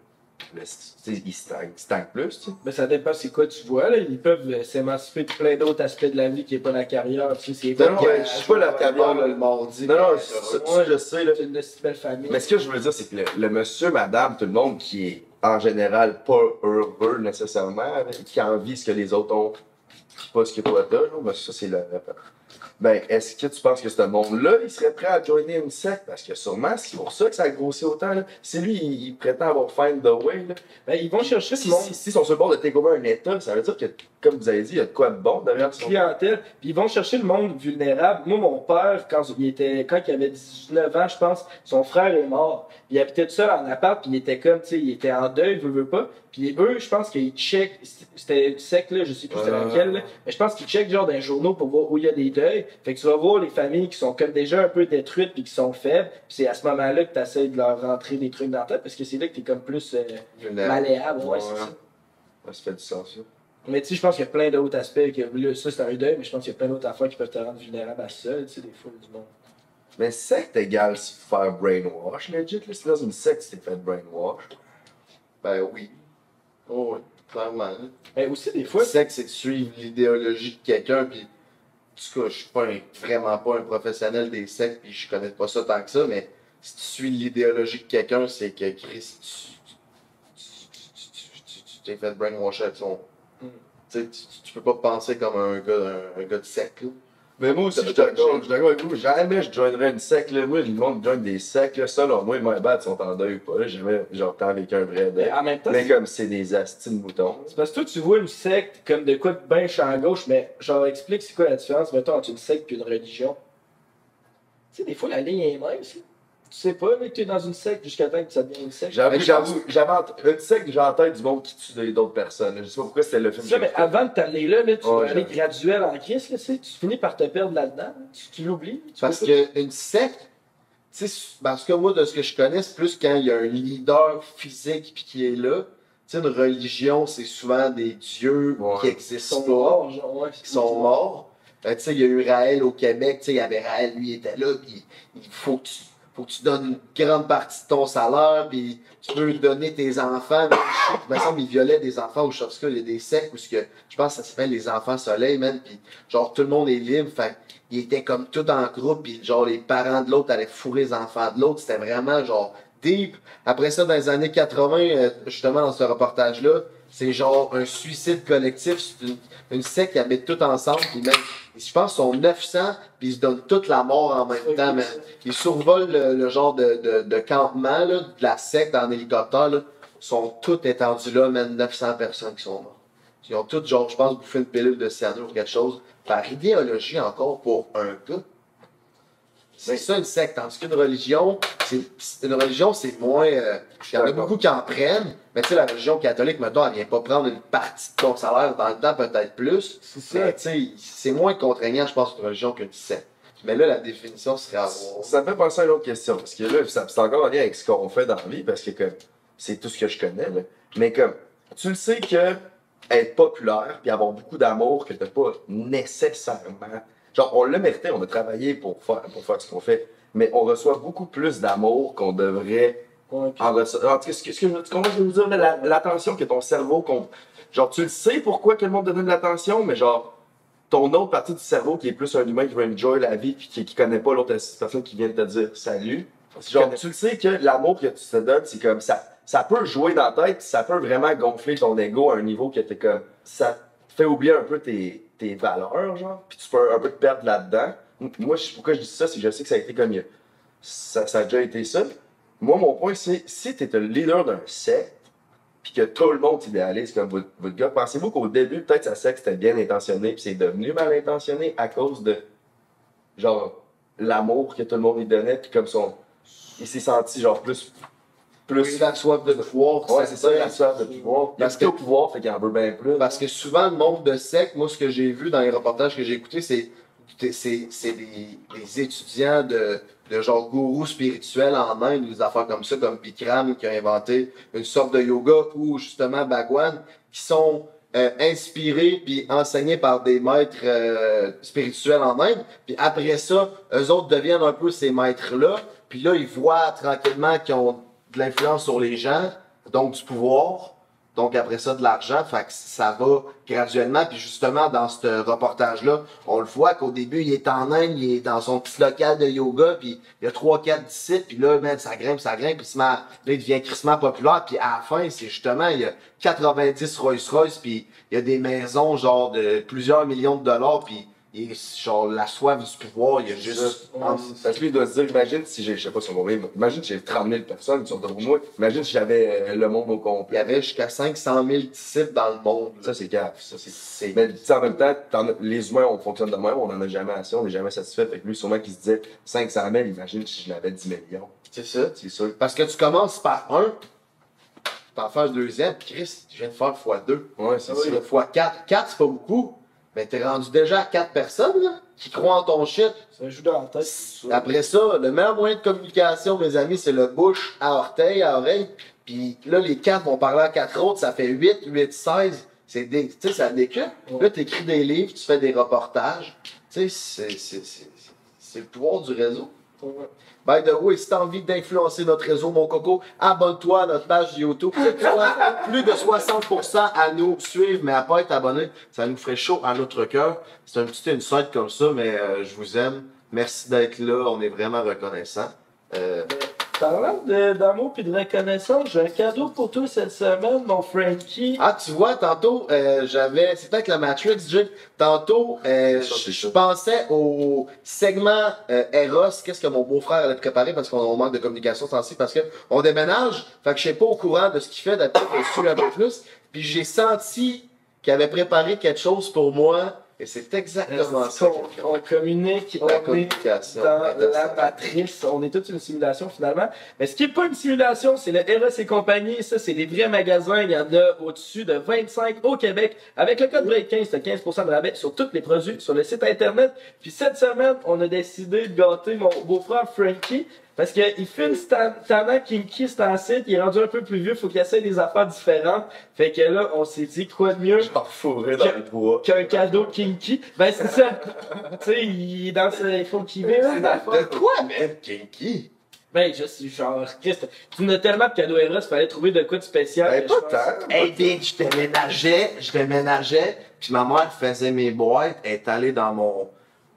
ils stagnent plus, tu sais. Mais ça dépend c'est quoi tu vois, là. Ils peuvent s'émanciper de plein d'autres aspects de la vie qui n'est pas la carrière, tu sais. Non, je suis pas la carrière, le mardi. Non, ça, je sais, là. C'est une si belle famille. Mais ce que je veux dire, c'est que le monsieur, madame, tout le monde qui est en général pas heureux nécessairement, qui envie ce que les autres ont, pas ce que toi t'as, mais ça, c'est Ben, est-ce que tu penses que ce monde-là, il serait prêt à joiner une secte? Parce que sûrement, c'est pour ça que ça a grossi autant, là. Si lui, il prétend avoir find the way, là. Ben, ils vont chercher ce monde. Si sont sur le bord de take over un État, ça veut dire que, comme vous avez dit, il y a de quoi de bon derrière son clientèle, puis ils vont chercher le monde vulnérable. Moi, mon père, quand il avait 19 ans, je pense, son frère est mort. Il habitait tout seul en appart, puis il était comme, tu sais, il était en deuil, veut pas. Puis eux, je pense qu'ils checkent, c'était une secte, là, je sais plus c'était laquelle, là, mais je pense qu'ils checkent genre dans les journaux pour voir où il y a des deuils. Fait que tu vas voir les familles qui sont comme déjà un peu détruites puis qui sont faibles. Puis c'est à ce moment-là que tu essaies de leur rentrer des trucs dans la tête parce que c'est là que tu es comme plus malléable. Ouais, c'est ça. Ça fait du sens, ça. Mais tu sais, je pense qu'il y a plein d'autres aspects. Que, ça, c'est un deuil, mais je pense qu'il y a plein d'autres affaires qui peuvent te rendre vulnérable à ça, tu sais, des fois, du monde. Mais secte égale se faire brainwash, legit, là. C'est dans une secte, tu t'es fait brainwash. Ben oui. Oh, oui, clairement. Mais aussi, des fois, C'est que c'est de suivre l'idéologie de quelqu'un, puis en tout cas, je suis pas vraiment pas un professionnel des sectes, puis je connais pas ça tant que ça, mais si tu suis l'idéologie de quelqu'un, c'est que Chris, tu t'es fait brainwash avec son. Tu sais, tu peux pas penser comme un gars de secte, là. Mais moi aussi, je suis d'accord avec vous. Jamais je joinerais une secte, là. Moi, le monde join des sectes, là. Ça, là, moi, my bad, sont en deuil ou pas, là. Jamais, genre, tant avec un vrai deuil. mais en même temps, Mais comme c'est des astis de moutons. c'est parce que toi, tu vois une secte comme de quoi de ben champ à gauche, mais genre, explique c'est quoi la différence, mettons, entre une secte et une religion. Tu sais, des fois, la ligne est mince, là. Tu sais pas, mais que tu es dans une secte jusqu'à temps que ça devienne une secte. J'avoue, une secte, j'ai en tête du monde qui tue d'autres personnes. Je sais pas pourquoi c'était le film. C'est ça, mais avant de t'aller là, tu Ouais, vas aller graduel en crise, là, tu finis par te perdre là-dedans, là. Tu l'oublies. Parce qu'une secte, tu sais, parce que moi, de ce que je connais, c'est plus quand il y a un leader physique puis qui est là. Tu sais, une religion, c'est souvent des dieux qui Ils existent sont pas, morts, genre, ouais, qui sont morts. Tu sais, il y a eu Raël au Québec, tu sais, il y avait Raël, lui, il était là, puis il faut que tu donnes une grande partie de ton salaire, puis tu peux donner tes enfants. Il me semble qu'il violait des enfants au Chopska, il y a des sectes où je pense que ça s'appelle les enfants soleil, man, puis genre tout le monde est libre, fait il était comme tout en groupe, puis genre les parents de l'autre allaient fourrer les enfants de l'autre, c'était vraiment genre deep. Après ça, dans les années 80, justement dans ce reportage-là, c'est genre un suicide collectif, c'est une secte qui habite tout ensemble, puis même, je pense qu'ils sont 900, puis ils se donnent toute la mort en même temps, man. Ils survolent le genre de campement là, de la secte en hélicoptère, là. Ils sont tous étendus là, man, 900 personnes qui sont mortes. Ils ont tous, genre, je pense, bouffé une pilule de cyanure ou quelque chose, par idéologie encore pour un gars. C'est ça une secte, tandis qu'une religion, c'est moins. Il y en a beaucoup qui en prennent, mais tu sais, la religion catholique, mettons, elle vient pas prendre une partie de ton salaire dans le temps, peut-être plus. C'est ça. Mais tu sais, c'est moins contraignant, je pense, qu'une religion qu'une secte. Mais là, la définition serait avoir. Ça me fait penser à une autre question. Parce que là, c'est encore en lien avec ce qu'on fait dans la vie, parce que comme, c'est tout ce que je connais. Là. Mais comme, tu le sais que être populaire puis avoir beaucoup d'amour que t'as pas nécessairement. Genre, on l'a mérité, on a travaillé pour faire ce qu'on fait, mais on reçoit beaucoup plus d'amour qu'on devrait Ouais, en recevoir. En tout cas, comment je veux vous dire, là, l'attention que ton cerveau. Genre, tu le sais pourquoi que le monde te donne de l'attention, mais genre, ton autre partie du cerveau qui est plus un humain qui veut enjoy la vie puis qui connaît pas l'autre personne qui vient de te dire salut. Genre, tu le sais que l'amour que tu te donnes, c'est comme ça peut jouer dans ta tête, ça peut vraiment gonfler ton ego à un niveau que t'es comme. Ça te fait oublier un peu tes valeurs, genre, puis tu peux un peu te perdre là-dedans. Moi, pourquoi je dis ça, c'est que je sais que ça a été comme ça a déjà été ça. Moi, mon point, c'est si t'es le leader d'un secte, puis que tout le monde t'idéalise comme votre gars, pensez-vous qu'au début, peut-être sa secte c'était bien intentionné, puis c'est devenu mal intentionné à cause de, genre, l'amour que tout le monde lui donnait, puis comme il s'est senti, genre, plus La soif de pouvoir. Ouais, c'est ça, la soif de pouvoir. Parce Parce que au pouvoir, fait qu'il en veut bien plus. Parce que souvent, le monde de secte, moi, ce que j'ai vu dans les reportages que j'ai écoutés, c'est des étudiants de genre gourous spirituels en Inde, ou des affaires comme ça, comme Bikram, qui a inventé une sorte de yoga, ou justement Bhagwan, qui sont inspirés puis enseignés par des maîtres spirituels en Inde. Puis après ça, eux autres deviennent un peu ces maîtres-là. Puis là, ils voient tranquillement qu'ils ont de l'influence sur les gens, donc du pouvoir, donc après ça de l'argent, fait que ça va graduellement, puis justement dans ce reportage-là, on le voit qu'au début il est en Inde, il est dans son petit local de yoga, puis il y a 3-4 disciples, puis là, man, ça grimpe, puis là il devient crissement populaire, puis à la fin, c'est justement, il y a 90 Rolls-Royce, puis il y a des maisons genre de plusieurs millions de dollars, puis et genre la soif du pouvoir, il y a juste. Parce que lui, il doit se dire, imagine si j'ai, je sais pas si on va rire, imagine si j'ai 30 000 personnes qui sont devant moi, imagine si j'avais le monde au Il y complet. avait jusqu'à 500 000 disciples dans le monde. Ça, c'est grave. Ça, c'est. Mais tu sais, en même temps, les humains, on fonctionne de même, on en a jamais assez, on n'est jamais satisfait. Fait que lui, sûrement qu'il se disait 500 000, imagine si je n'avais 10 millions. C'est ça. C'est sûr. Parce que tu commences par un, tu en fais le deuxième, puis Chris, tu viens de faire x2. Ouais, c'est ça. x4. 4, c'est pas beaucoup. Mais t'es rendu déjà à 4 personnes là, qui croient en ton shit. Ça joue dans la tête. Après ça, le meilleur moyen de communication, mes amis, c'est le bouche à orteil, à oreille. Puis là, les 4 vont parler à 4 autres, ça fait 8, 16. Tu sais, ça décupe. Ouais. Là, t'écris des livres, tu fais des reportages. Tu sais, c'est le pouvoir du réseau. By the way, si t'as envie d'influencer notre réseau, mon coco, abonne-toi à notre page YouTube. Plus de 60% à nous suivre, mais à pas être abonné, ça nous ferait chaud à notre cœur. C'est un petit insight comme ça, mais je vous aime. Merci d'être là, on est vraiment reconnaissants. Parlant d'amour et de reconnaissance, j'ai un cadeau pour toi cette semaine, mon Frankie. Ah, tu vois, tantôt, c'était avec la Matrix, Jake. Tantôt, je pensais au segment Eros, qu'est-ce que mon beau-frère allait préparer parce qu'on manque de communication sensible, parce qu'on déménage, fait que je suis pas au courant de ce qu'il fait, d'habitude, je suis un peu plus. Puis j'ai senti qu'il avait préparé quelque chose pour moi, et c'est exactement ça. On communique, on est dans la matrice, on est toute une simulation finalement. Mais ce qui n'est pas une simulation, c'est le Eros et compagnie. Ça, c'est des vrais magasins. Il y en a au-dessus de 25 au Québec. Avec le code BREAK15, tu as 15% de rabais sur tous les produits sur le site internet. Puis cette semaine, on a décidé de gâter mon beau-frère Frankie. Parce qu'il fait une tannant kinky, c'est un site, il est rendu un peu plus vieux, faut qu'il essaie des affaires différentes. Fait que là, on s'est dit, quoi de mieux qu'un cadeau kinky? Ben, c'est ça. Tu sais, il faut qu'il vive ses affaires. De quoi, même, kinky? Ben, je suis genre, Christ, tu n'as tellement de cadeaux Eros, fallait trouver de quoi de spécial. Ben, pas tant. Hey, bitch, je déménageais, puis ma mère faisait mes boîtes, elle est allée dans mon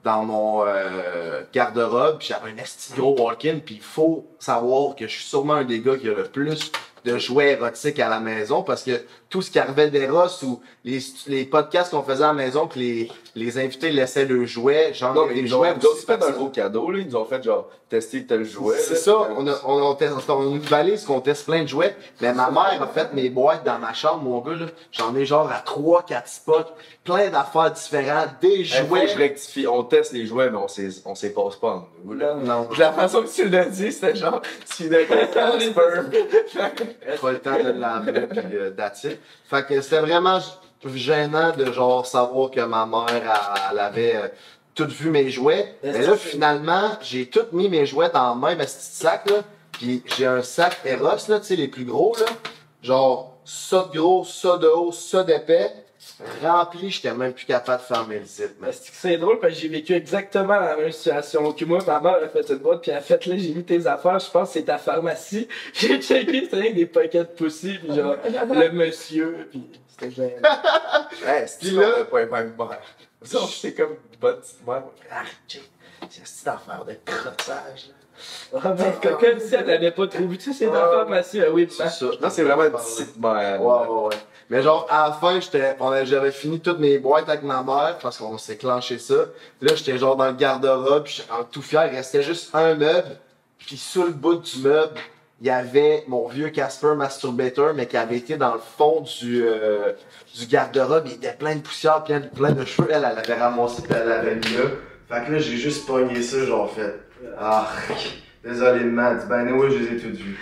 garde-robe, puis j'avais un esti gros walk-in, puis il faut savoir que je suis sûrement un des gars qui a le plus de jouets érotiques à la maison, parce que tout ce qui arrivait d'Eros ou les podcasts qu'on faisait à la maison, que les invités laissaient le jouet, genre non, mais des ils jouets. ont aussi fait un gros cadeau, là. Ils nous ont fait genre tester tel jouet. C'est ça, on a une valise qu'on teste plein de jouets, mais ma mère a fait mes boîtes dans ma chambre, mon gars, là. J'en ai genre à 3-4 spots, plein d'affaires différentes, des jouets. Je rectifie, on teste les jouets, mais on s'épasse pas en nous, là. Non. La façon que tu l'as dit, c'était genre, tu l'as sperme. Pas le temps de le laver, puis that's it. Fait que c'était vraiment gênant de genre savoir que ma mère, elle avait tout vu mes jouets. Mais là, finalement, j'ai tout mis mes jouets dans le même petit sac, là. Puis j'ai un sac Eros, là, tu sais, les plus gros, là. Genre, ça de gros, ça de haut, ça d'épais. Rempli, j'étais même plus capable de fermer le zip. C'est drôle parce que j'ai vécu exactement la même situation que moi. Ma mère a fait une boîte, puis elle a fait là, j'ai mis tes affaires, je pense que c'est ta pharmacie. J'ai checké, c'était avec des paquets de pussy, puis genre, le monsieur, puis c'était gênant. Ouais, c'est là, pas même mère. C'est comme une bonne petite mère. Ah, c'est cette affaire de crottage, là. Ah, mais comme si elle l'avait pas trop vu. Tu sais, c'est ta pharmacie, oui, C'est ça. Non, c'est vraiment une petite mère. Ouais. Mais genre, à la fin, j'avais fini toutes mes boîtes avec ma mère parce qu'on s'est clenché ça. Là, j'étais genre dans le garde-robe, puis en tout fier, il restait juste un meuble. Puis sous le bout du meuble, il y avait mon vieux Casper Masturbator, mais qui avait été dans le fond du garde-robe. Il était plein de poussière, plein de cheveux. Elle avait ramassé, puis elle l'avait mis là. Fait que là, j'ai juste pogné ça, genre fait. Ah, désolé, Matt. Ben, oui, je les ai toutes vues.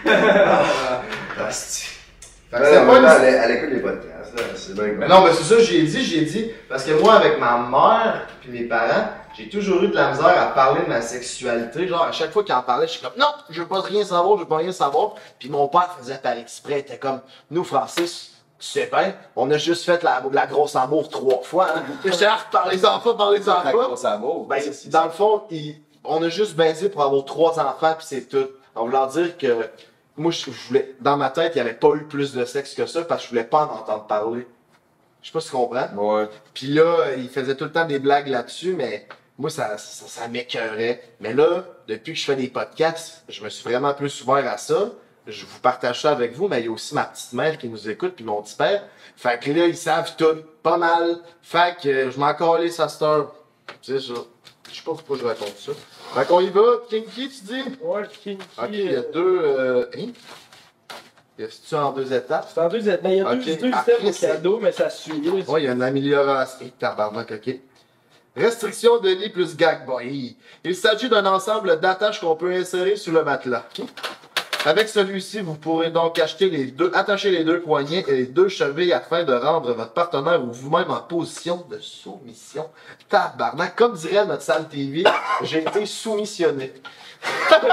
Elle écoute les podcasts, là. C'est bien. Mais non, mais c'est ça, j'ai dit. Parce que moi, avec ma mère puis mes parents, j'ai toujours eu de la misère à parler de ma sexualité. Genre, à chaque fois qu'il en parlait, je suis comme, non, je veux pas rien savoir, je veux pas rien savoir. Puis mon père faisait par exprès, il était comme, nous, Francis, tu sais bien, on a juste fait la grosse amour 3 fois, hein. J'étais là, parlez-en pas. La grosse amour. Ben, dans le fond, on a juste baisé pour avoir 3 enfants, puis c'est tout. En voulant dire que moi, je voulais, dans ma tête, il n'y avait pas eu plus de sexe que ça parce que je voulais pas en entendre parler. Je sais pas si tu comprends. Ouais. Puis là, il faisait tout le temps des blagues là-dessus, mais moi, ça m'écœurait. Mais là, depuis que je fais des podcasts, je me suis vraiment plus ouvert à ça. Je vous partage ça avec vous, mais il y a aussi ma petite mère qui nous écoute, puis mon petit père. Fait que là, ils savent tout, pas mal. Fait que je m'en calisse à cette heure. C'est ça. Je sais pas pourquoi je raconte ça. Fait qu'on y va. Kinky, tu dis? Ouais, Kinky. Ok, il y a 2... Est-ce en 2 étapes? C'est en 2 étapes. Il y a deux systèmes de cadeaux, mais ça suit. Ouais, il y a une amélioration. Tabarnak, ok. Restriction de lit plus gag boy. Il s'agit d'un ensemble d'attaches qu'on peut insérer sous le matelas. Avec celui-ci, vous pourrez donc attacher les 2 poignets et les 2 chevilles afin de rendre votre partenaire ou vous-même en position de soumission. Tabarnak, comme dirait notre salle TV, j'ai été soumissionné.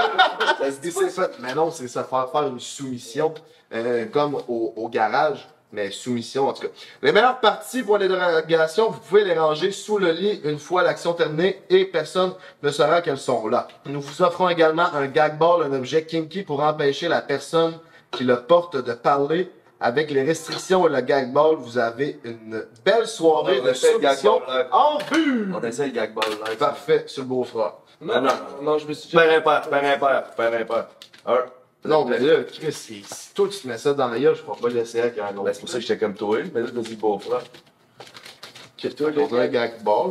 Ça se dit c'est fait. Mais non, c'est se faire une soumission comme au garage. Mais soumission, en tout cas. Les meilleures parties pour les dérogations, vous pouvez les ranger sous le lit une fois l'action terminée et personne ne saura qu'elles sont là. Nous vous offrons également un gag ball, un objet kinky pour empêcher la personne qui le porte de parler. Avec les restrictions et le gag ball, vous avez une belle soirée de soumission en vue. On essaie le gag ball live. Parfait, sur le beau-frère. Non, je me suis Père impair. Non, mais là, Chris, si toi tu te mets ça dans la gueule, je pourrais pas le laisser avec un autre. Ben, c'est pour ça que j'étais comme toi, mais là, vas-y, beau-frère. Que toi, on a un gag ball.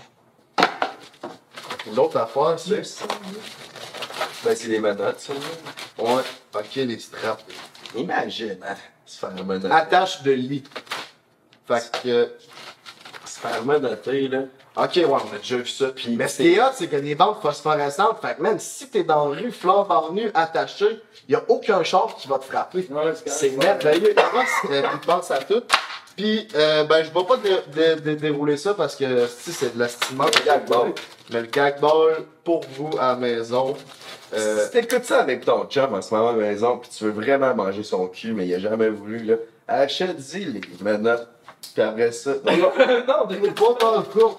L'autre affaire, c'est. Ben, c'est les menottes, ça. Ouais, ok, les straps. Imagine, hein, se faire menotter. Attache de lit. Fait que. Se faire menotter, là. Ok, ouais, on a déjà vu ça. Puis, mais ce qui est hot, c'est que les bandes phosphorescentes, fait que même si t'es dans la rue, flambant par nu, attaché, y a aucun char qui va te frapper. C'est merveilleux. Tu penses à tout. Puis, ben, je vais pas dérouler ça parce que si c'est de l'estimement de gag ball. Mais le gag ball, pour vous à la maison. Si t'écoutes ça avec ton chum en ce moment à la maison, pis tu veux vraiment manger son cul, mais il a jamais voulu, là, achète-y les menottes. Pis après ça. Non, t'es pas dans le cours,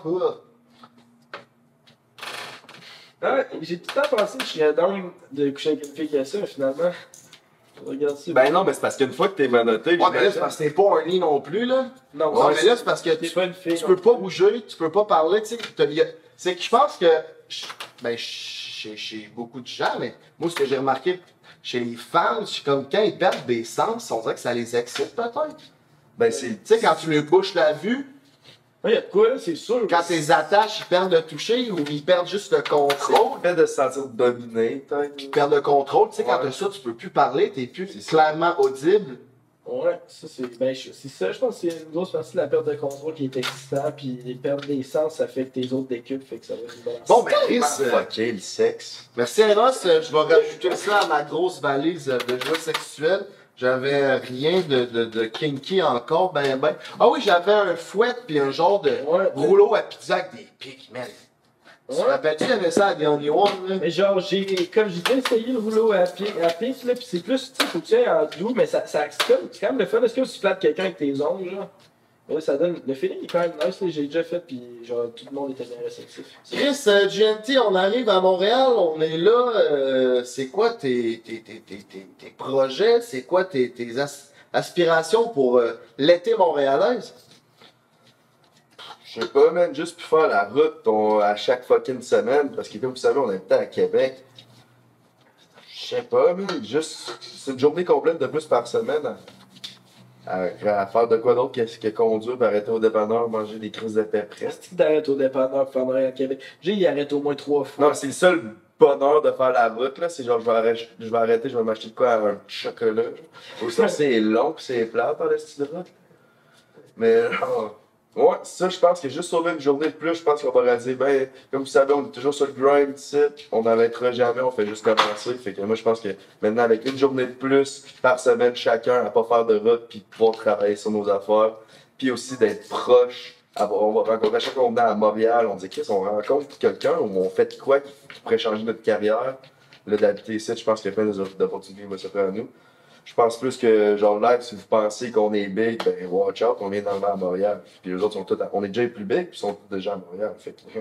Ouais, j'ai tout le temps pensé que je serais dingue de coucher avec une fille qui a ça, mais finalement, regarde ça. Ben non, mais c'est parce qu'une fois que t'es menotté, Ouais, mais là, c'est parce que t'es pas un nid non plus, là. Non, Ouais, mais là, c'est parce que t'es pas une fille. tu peux pas bouger, tu peux pas parler, tu sais. C'est que je pense que, ben, chez beaucoup de gens, mais moi, ce que j'ai remarqué chez les femmes, c'est comme quand ils perdent des sens, on dirait que ça les excite peut-être. ben c'est. Tu sais, quand tu lui bouches la vue, Ouais, y a de quoi, là, c'est sûr. quand tes attaches, ils perdent le toucher ou ils perdent juste le C'est contrôle. le fait de se sentir dominé, peut-être. Ils perdent le contrôle, tu sais, quand Ouais. t'as ça, tu peux plus parler, t'es plus clairement audible. Ouais, ça c'est. Ben, c'est ça, je pense que c'est une grosse partie de la perte de contrôle qui est excitant, puis perdre des sens, ça fait que tes autres décuplent, fait que ça va être une balance. Bon, ben, Chris, Fucké, le sexe. merci Eros, je vais rajouter ça à ma grosse valise de jouets sexuels. J'avais rien de kinky encore, ben. Ah oui, j'avais un fouet puis un genre de Ouais. rouleau à pizza avec des pics, man. Tu te Ouais. rappelles-tu, j'avais ça à The Only One, là? Mais genre, comme j'ai déjà essayé le rouleau à pic, là, pis c'est plus, tu sais, faut que tu ailles en doux, mais c'est quand même le fun. Est-ce que tu flattes quelqu'un avec tes ongles, genre? Mais là, ça donne. Le feeling est quand même nice, là, j'ai déjà fait, pis genre, tout le monde était bien réceptif. Chris, GNT, on arrive à Montréal, on est là. C'est quoi tes projets? C'est quoi tes aspirations pour l'été montréalaise? Je sais pas, man, juste pour faire la route à chaque fucking semaine, parce que comme vous savez, on est à Québec. Je sais pas, man, juste. C'est une journée complète de plus par semaine à faire de quoi d'autre que conduire, puis arrêter au dépanneur, manger des crises de paix presque. Est-ce que t'arrêtes au dépanneur pour faire Montréal à Québec? Il arrête au moins 3 fois. Non, c'est le seul bonheur de faire la route, là. C'est genre, je vais arrêter, je vais m'acheter de quoi, un chocolat. Ou ça, c'est long, pis c'est plat par le style de route. Mais, ouais, ça, je pense que juste sauver une journée de plus, je pense qu'on va réaliser, ben, comme vous savez, on est toujours sur le grind ici, on n'arrêtera jamais, on fait juste commencer. Fait que moi, je pense que maintenant, avec une journée de plus par semaine chacun, à pas faire de route, puis pouvoir travailler sur nos affaires, puis aussi d'être proche. On va rencontrer à chaque fois qu'on venait à Montréal, on dit Chris, on rencontre quelqu'un ou on fait quoi qui pourrait changer notre carrière. Là, d'habiter ici, je pense qu'il y a plein d'opportunités qui vont s'offrir à nous. Je pense plus que, genre, live, si vous pensez qu'on est big, ben, watch out, on vient normalement à Montréal. Puis les autres sont tous on est déjà plus big, puis ils sont tous déjà à Montréal. Fait que,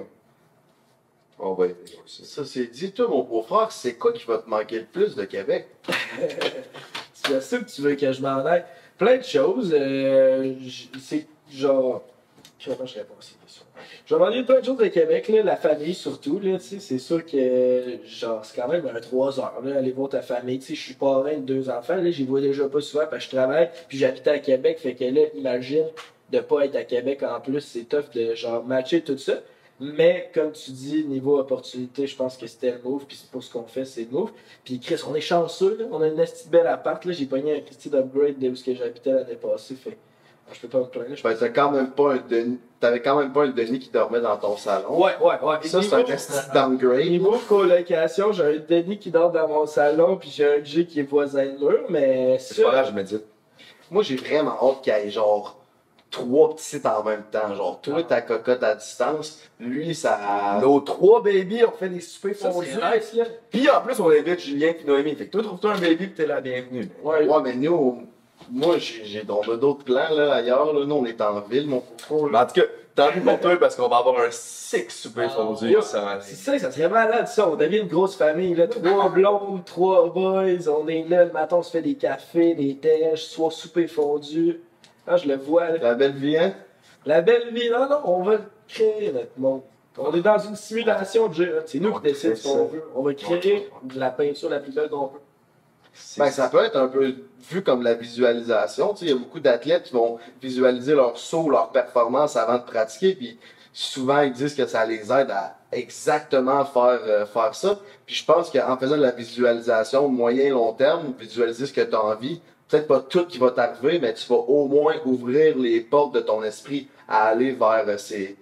on va aider aussi. Ça, c'est dit, toi, mon beau-frère, c'est quoi qui va te manquer le plus de Québec? C'est sûr que tu veux que je m'en aille. Plein de choses. C'est genre. Comment je réponds à ces questions? Je vais demander plein de choses de Québec, là, la famille surtout. Là, c'est sûr que genre c'est quand même 3 heures. Là, aller voir ta famille. Je suis parrain de 2 enfants. Là, j'y vois déjà pas souvent parce que je travaille. Puis j'habitais à Québec. Fait que là, imagine de pas être à Québec en plus. C'est tough de genre matcher tout ça. Mais comme tu dis, niveau opportunité, je pense que c'était le move. Puis c'est pour ce qu'on fait, c'est le move. Puis Chris, on est chanceux. Là. On a une petite belle appart. Là. J'ai pogné un petit upgrade de où j'habitais l'année passée. Fait je peux pas me plaindre. Ben, t'avais quand même pas un Denis qui dormait dans ton salon. Ouais. Ça, c'est un petit downgrade. Niveau colocation, j'ai un Denis qui dort dans mon salon, puis j'ai un G qui est voisin de mur, mais C'est pas grave, je me dis. Moi, j'ai vraiment hâte qu'il y ait genre 3 petites en même temps. Genre, toi, ta cocotte à distance, lui, ça. Nos 3 babies, on fait des soupers ça, fondus. c'est nice, là. Puis en plus, on invite Julien et Noémie. Fait que toi, trouve-toi un baby, pis t'es la bienvenue. Ouais, Ouais, mais nous, Moi, on a d'autres plans là, ailleurs. Là. Nous, on est en ville, mon coco. Mais en tout cas, tant pis pour toi parce qu'on va avoir un sick souper fondu. yo, Ça va C'est ça, ça serait malade ça. On devient une grosse famille, là. 3 blondes, 3 boys. On est là, le matin, on se fait des cafés, des tèches, soir souper fondu. Ah, je le vois, là. La belle vie, hein? La belle vie, non, on va créer notre monde. On est dans une simulation de jeu. C'est nous qui décidons ce qu'on veut. On va créer de la peinture la plus belle qu'on peut. Ben, ça peut être un peu vu comme la visualisation. Tu sais, il y a beaucoup d'athlètes qui vont visualiser leur saut, leur performance avant de pratiquer. Puis souvent, ils disent que ça les aide à exactement faire ça. Puis je pense qu'en faisant de la visualisation moyen long terme, visualiser ce que tu as envie, peut-être pas tout qui va t'arriver, mais tu vas au moins ouvrir les portes de ton esprit à aller vers ces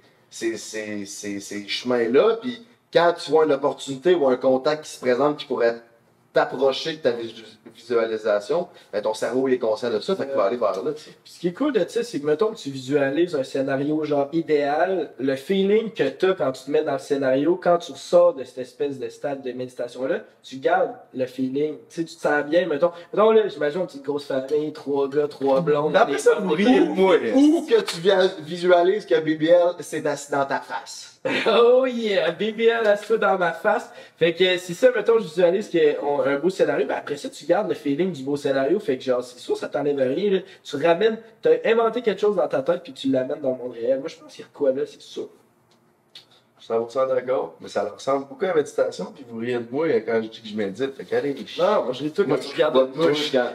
chemins-là. Puis quand tu vois une opportunité ou un contact qui se présente qui pourrait t'approcher de ta visualisation, ben ton cerveau il est conscient de ça, fait qu'il va aller vers là. Tu sais. Puis ce qui est cool de ça, c'est que mettons que tu visualises un scénario genre idéal, le feeling que tu as quand tu te mets dans le scénario, quand tu ressors de cette espèce de stade de méditation-là, tu gardes le feeling. Tu sais, tu te sens bien, mettons là, j'imagine une petite grosse famille, 3 gars, 3 blondes. Après ça, vous riez de moi. Ou que tu visualises que BBL s'est assis dans ta face. Oh yeah, BBL assis dans ma face. Fait que si ça, mettons, je visualise qu'il y a un beau scénario, ben après ça, tu gardes le feeling du beau scénario. Fait que genre, c'est sûr, ça t'enlève rien. Là. Tu ramènes, t'as inventé quelque chose dans ta tête puis tu l'amènes dans le monde réel. Moi, je pense qu'il y a quoi là, c'est sûr. Je suis 100% d'accord, mais ça leur ressemble beaucoup à la méditation, puis vous riez de moi quand je dis que je médite. Fait qu'allez, Non, moi je ris tout quand tu regardes Moi, je regarde.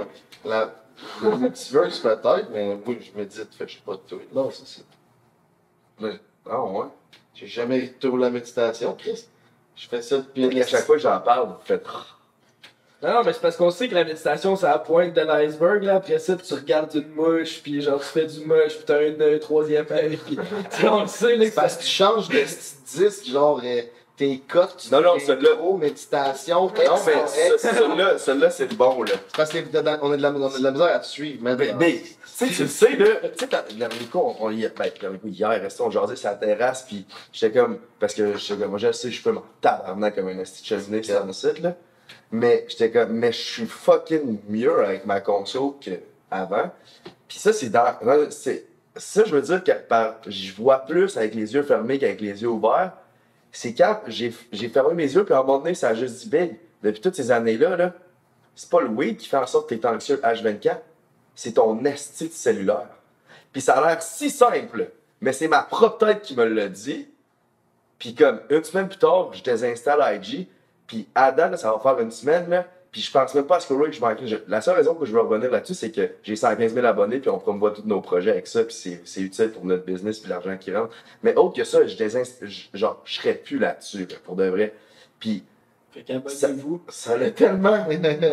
Le multiverse peut-être, mais moi, je médite, fait que je sais pas de tout. Non, c'est ça. Mais, ah ouais. J'ai jamais ri de la méditation, Chris. Je fais ça depuis Puis à chaque fois que j'en parle, vous faites. Non, mais c'est parce qu'on sait que la méditation, c'est la pointe de l'iceberg, là. Après ça, tu regardes une mouche, puis genre, tu fais du mouche, puis t'as une troisième œil, puis tu sais, on le sait, là. C'est parce que tu changes de disque, genre tes cotes, tu Non, fais celui-là. intro, méditation, Non, mais celui-là, c'est le bon, là. C'est parce qu'on a de la misère à te suivre, man. Mais tu sais, là, tu sais, l'Américo, hier, resté, on jasait sur la terrasse, puis j'étais comme, parce que j'étais comme, moi, je sais, je peux m'en tabarnak comme un esti de cheminée sur le site, là. Mais j'étais comme, mais je suis fucking mieux avec ma conso qu'avant. Puis ça, ça, je veux dire que je vois plus avec les yeux fermés qu'avec les yeux ouverts. C'est quand j'ai fermé mes yeux, puis à un moment donné, ça a juste dit, big, depuis toutes ces années-là, là, c'est pas le weed qui fait en sorte que t'es anxieux H24, c'est ton esti de cellulaire. Puis ça a l'air si simple, mais c'est ma propre tête qui me l'a dit. Puis comme une semaine plus tard, je désinstalle IG, puis à date, là, ça va faire une semaine, là, puis je pense même pas à scroller que je manque. La seule raison que je veux revenir là-dessus, c'est que j'ai 115 000 abonnés, puis on promouvoit tous nos projets avec ça, puis c'est utile pour notre business, puis l'argent qui rentre. Mais autre que ça, je serais plus là-dessus, là, pour de vrai. Puis Fait qu'abonnez-vous. ça l'a tellement...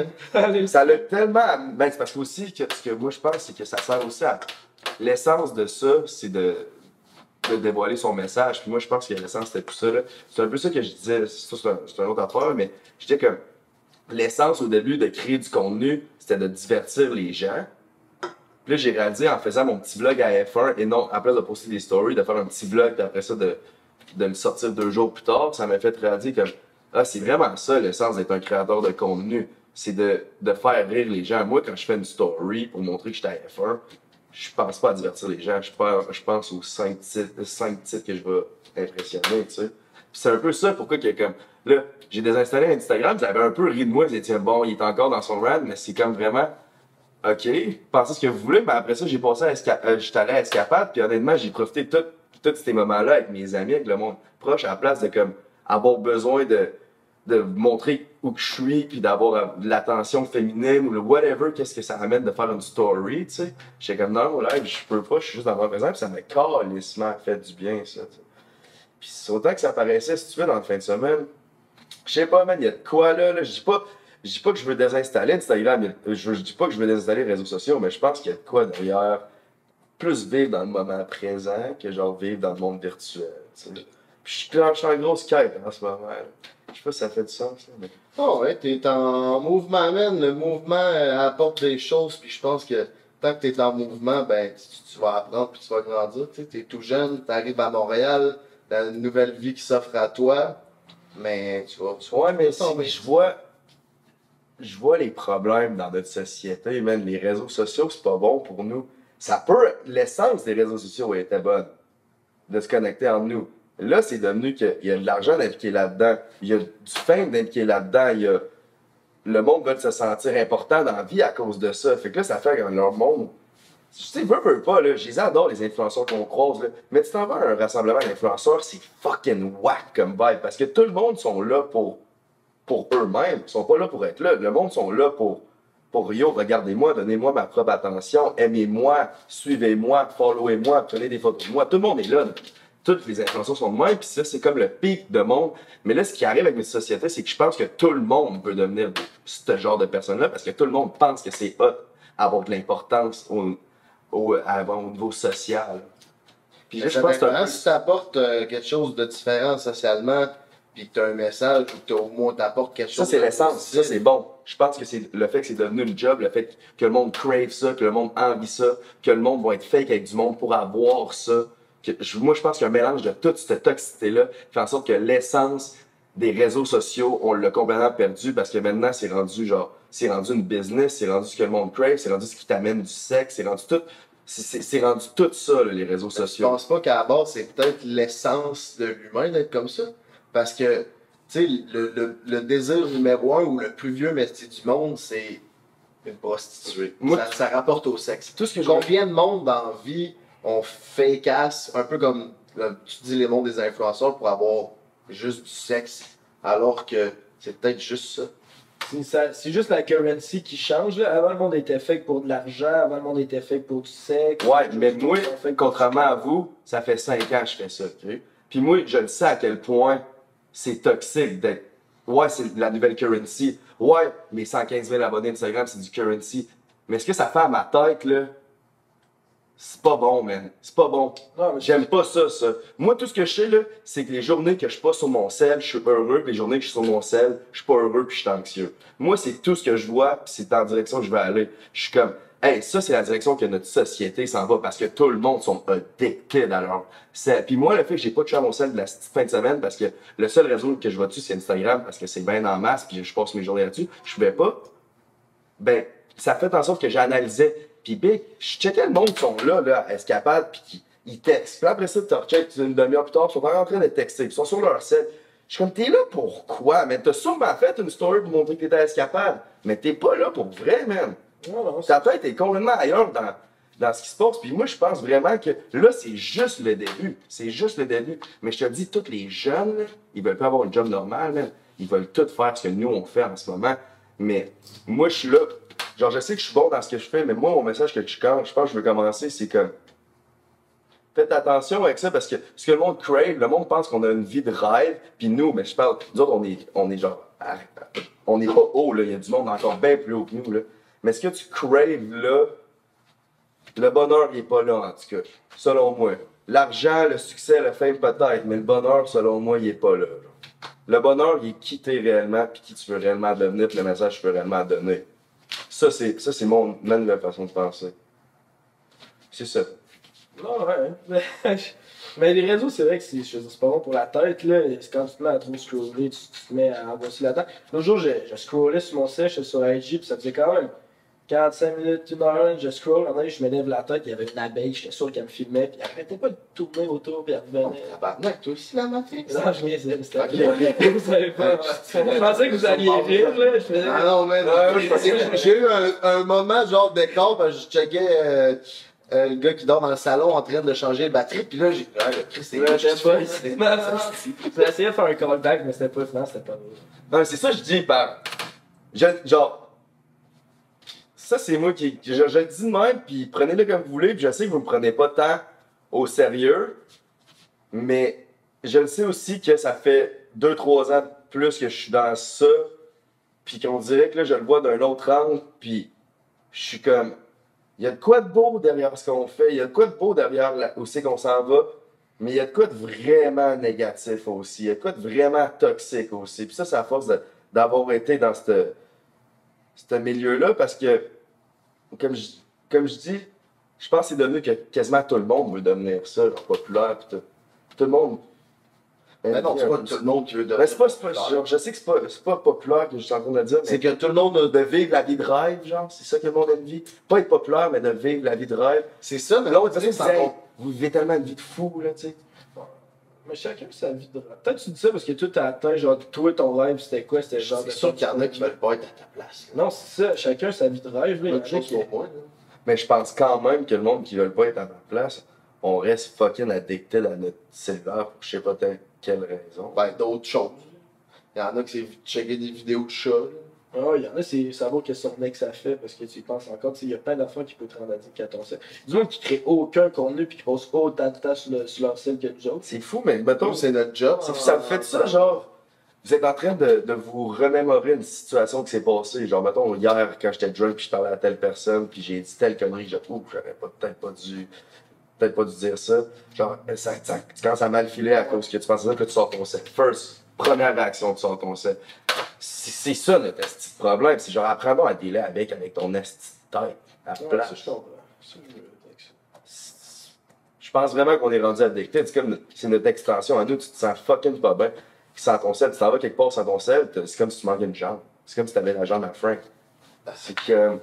ça l'a tellement... Ben, c'est parce que aussi, que ce que moi je pense, c'est que ça sert aussi à... L'essence de ça, c'est de dévoiler son message. Puis moi, je pense que l'essence, c'était tout ça. Là. C'est un peu ça que je disais. C'est un autre affaire, mais je disais que l'essence au début de créer du contenu, c'était de divertir les gens. Puis là, j'ai réalisé en faisant mon petit vlog à F1 et non, après de poster des stories, de faire un petit vlog, puis après ça, de me sortir 2 jours plus tard, ça m'a fait réaliser que c'est vraiment ça l'essence d'être un créateur de contenu. C'est de faire rire les gens. Moi, quand je fais une story pour montrer que j'étais à F1, je pense pas à divertir les gens, je pense aux 5 titres que je vais impressionner, tu sais. Puis c'est un peu ça pourquoi que comme là, j'ai désinstallé Instagram, j'avais un peu ri de moi, j'ai dit bon, il est encore dans son rant, mais c'est comme vraiment OK, pensez ce que vous voulez, mais après ça, j'ai passé j'étais allé à Escapade, puis honnêtement, j'ai profité de tous ces moments-là avec mes amis, avec le monde proche, à la place de comme avoir besoin de montrer où que je suis, puis d'avoir de l'attention féminine ou le whatever, qu'est-ce que ça amène de faire une story, tu sais. J'étais comme, non, là, je peux pas, je suis juste dans le présent, puis ça m'a calissement fait du bien, ça, t'sais. Puis c'est autant que ça paraissait, si tu veux, dans la fin de semaine, je sais pas, man, il y a de quoi, là, je dis pas que je veux désinstaller Instagram, je dis pas que je veux désinstaller les réseaux sociaux, mais je pense qu'il y a de quoi derrière, plus vivre dans le moment présent que genre vivre dans le monde virtuel, tu sais. Puis je suis en grosse quête en ce moment, là. Je sais pas si ça fait du sens, là, mais... Oh ouais, t'es en mouvement, man. Le mouvement apporte des choses, puis je pense que tant que t'es en mouvement, ben tu vas apprendre puis tu vas grandir. Tu sais, t'es tout jeune, t'arrives à Montréal, t'as une nouvelle vie qui s'offre à toi, mais tu vas... Ouais, mais si je vois... je vois les problèmes dans notre société, man. Les réseaux sociaux, c'est pas bon pour nous. Ça peut... L'essence des réseaux sociaux était bonne, de se connecter entre nous. Là, c'est devenu qu'il y a de l'argent d'impliquer là-dedans, il y a du fame d'impliquer là-dedans, il y a... Le monde veut se sentir important dans la vie à cause de ça. Fait que là, ça fait que leur monde... Tu sais, veux pas, là, je les adore, les influenceurs qu'on croise, là. Mais tu t'en vas à un rassemblement d'influenceurs, c'est fucking whack comme vibe. Parce que tout le monde sont là pour eux-mêmes. Ils sont pas là pour être là. Le monde sont là pour yo, regardez-moi, donnez-moi ma propre attention, aimez-moi, suivez-moi, followez-moi, prenez des photos de moi. Tout le monde est là. Toutes les influenceurs sont de même, puis ça, c'est comme le pic de monde. Mais là, ce qui arrive avec notre société, c'est que je pense que tout le monde peut devenir ce genre de personne-là, parce que tout le monde pense que c'est hot, avoir de l'importance au niveau social. Puis là, je pense que si tu apportes quelque chose de différent socialement, puis que tu as un message, ou que au moins t'apportes quelque chose. Ça, c'est l'essence. Ça, c'est bon. Je pense que c'est le fait que c'est devenu une job, le fait que le monde crave ça, que le monde envie ça, que le monde va être fake avec du monde pour avoir ça. Moi, je pense qu'un mélange de toute cette toxicité-là fait en sorte que l'essence des réseaux sociaux, on l'a complètement perdu parce que maintenant, c'est rendu une business, c'est rendu ce que le monde crave, c'est rendu ce qui t'amène du sexe, c'est rendu tout. C'est rendu tout ça, là, les réseaux sociaux. Je pense pas qu'à la base, c'est peut-être l'essence de l'humain d'être comme ça. Parce que, tu sais, le désir numéro un ou le plus vieux métier du monde, c'est une prostituée. Ça rapporte au sexe. Tout ce que Combien de monde dans la vie on fake-ass, un peu comme tu dis les mondes des influenceurs pour avoir juste du sexe, alors que c'est peut-être juste ça. C'est juste la currency qui change. Là. Avant, le monde était fake pour de l'argent. Avant, le monde était fake pour du sexe. Ouais, mais moi, contrairement à vous, ça fait 5 ans que je fais ça. Okay? Puis moi, je le sais à quel point c'est toxique d'être... Ouais, c'est la nouvelle currency. Ouais, mes 115 000 abonnés Instagram, c'est du currency. Mais ce que ça fait à ma tête, là, c'est pas bon, man. C'est pas bon. J'aime pas ça. Moi, tout ce que je sais, là, c'est que les journées que je suis pas sur mon sel, je suis heureux. Puis les journées que je suis sur mon sel, je suis pas heureux puis je suis anxieux. Moi, c'est tout ce que je vois, puis c'est en direction que je vais aller. Je suis comme, hey, ça, c'est la direction que notre société s'en va parce que tout le monde sont addicted à leur sel. Puis moi, le fait que j'ai pas touché à mon sel de la fin de semaine parce que le seul réseau que je vois dessus, c'est Instagram parce que c'est bien en masse puis je passe mes journées là-dessus, je pouvais pas. Ben, ça fait en sorte que j'analysais. Puis big, je checkais le monde qui sont là, à Escapade, puis ils textent. Puis après ça, tu recheckes une demi-heure plus tard, ils sont encore en train de texter, ils sont sur leur sel. Je suis comme, t'es là pourquoi? Mais t'as sûrement fait une story pour montrer que t'étais à Escapade. Mais t'es pas là pour vrai, man. Ta tête est complètement ailleurs dans ce qui se passe. Puis moi, je pense vraiment que là, c'est juste le début. C'est juste le début. Mais je te dis, tous les jeunes, là, ils veulent pas avoir un job normal, man. Ils veulent tout faire ce que nous, on fait en ce moment. Mais moi, je suis là. Genre, je sais que je suis bon dans ce que je fais, mais moi, mon message que je pense que je veux commencer, c'est comme... Faites attention avec ça, parce que ce que le monde crave, le monde pense qu'on a une vie de rêve, puis nous, mais je parle, nous autres, on est genre... On n'est pas haut, là, il y a du monde encore bien plus haut que nous, là. Mais ce que tu craves, là, le bonheur, il est pas là, en tout cas, selon moi. L'argent, le succès, le fame, peut-être, mais le bonheur, selon moi, il est pas là. Genre. Le bonheur, il est qui t'es réellement, puis qui tu veux réellement devenir, puis le message que tu veux réellement donner. Ça, c'est ma nouvelle façon de penser. C'est ça. Non, ouais. Mais les réseaux, c'est vrai que c'est pas bon pour la tête. Là. Quand tu te mets à trop scroller, tu te mets à angoisser la tête. L'autre jour, je scrollais sur mon sel, j'étais sur IG, puis ça faisait quand même 45 minutes, 1 heure, je scroll. À un moment donné, je me lève la tête, il y avait une abeille, j'étais sûr qu'elle me filmait, puis elle arrêtait pas de tourner autour, puis elle revenait. Tabarnak, toi aussi, la matrice? Non, je niaisais, c'était vous savez pas. Je pensais que vous alliez rire, là. Ah non, mais j'ai eu un moment genre d'écart, parce que je checkais le gars qui dort dans le salon en train de changer la batterie, puis là, j'ai le Christ, c'est pas. J'ai essayé de faire un callback, mais c'était pas drôle. Non, c'est ça que je dis, genre... Ça, c'est moi qui... Je le dis de même, puis prenez-le comme vous voulez, puis je sais que vous me prenez pas tant au sérieux, mais je le sais aussi que ça fait 2-3 ans de plus que je suis dans ça, puis qu'on dirait que là, je le vois d'un autre angle, puis je suis comme... Il y a de quoi de beau derrière ce qu'on fait, il y a de quoi de beau derrière où c'est qu'on s'en va, mais il y a de quoi de vraiment négatif aussi, il y a de quoi de vraiment toxique aussi, puis ça, c'est à force d'avoir été dans ce milieu-là, parce que comme je dis, je pense que c'est devenu que quasiment tout le monde veut devenir ça, genre populaire, pis tout le monde... Ben non, c'est pas tout le monde qui veut devenir. Ben, genre, je sais que c'est pas populaire que je suis en train de dire, mais c'est que tout le monde a de vivre la vie de rêve, genre, c'est ça que le monde aime vivre. Pas être populaire, mais de vivre la vie de rêve. C'est ça, mais L'autre, tu sais, vous vivez tellement une vie de fou, là, tu sais. Mais chacun sa vie de rêve. Peut-être tu dis ça parce que toi t'as atteint, genre, toi ton rêve c'était quoi? C'était genre. c'est sûr qu'il y en a qui veulent pas être à ta place. Non, c'est ça, chacun sa vie de rêve. Là. Il y en a Chose qui- pour moi, là. Mais je pense quand même que le monde qui veut pas être à ma place, on reste fucking addicted à notre cellulaire pour je sais pas quelle raison. Ben, d'autres choses. Il y en a qui c'est checker des vidéos de chats, là. Ah, il y en a, c'est savoir que son ex a fait parce que tu y penses encore. Tu sais, il y a plein d'enfants qui peuvent te rendre addict à ton sel. Du monde qui crée aucun contenu puis qui passe autant de temps sur leur sel que nous autres. C'est fou, mais mettons, Donc, c'est notre job. ça vous fait ça, genre. Vous êtes en train de vous remémorer une situation qui s'est passée. Genre, mettons, hier, quand j'étais drunk, puis je parlais à telle personne, puis j'ai dit telle connerie, j'aurais peut-être pas dû dire ça. Genre, tu commences à mal filer à cause que tu penses ça, que tu sors ton set. Première réaction, tu sors ton set. C'est ça notre esti de problème. C'est genre, apprends à dealer avec ton esti de tête à la Ouais, place. ça, je comprends. Ça, je veux avec ça. Je pense vraiment qu'on est rendu addicté. C'est comme c'est notre extension à nous, tu te sens fucking pas bien. Puis sans ton sel, tu t'en vas quelque part sans ton sel, c'est comme si tu manquais une jambe. C'est comme si tu avais la jambe à Frank. C'est que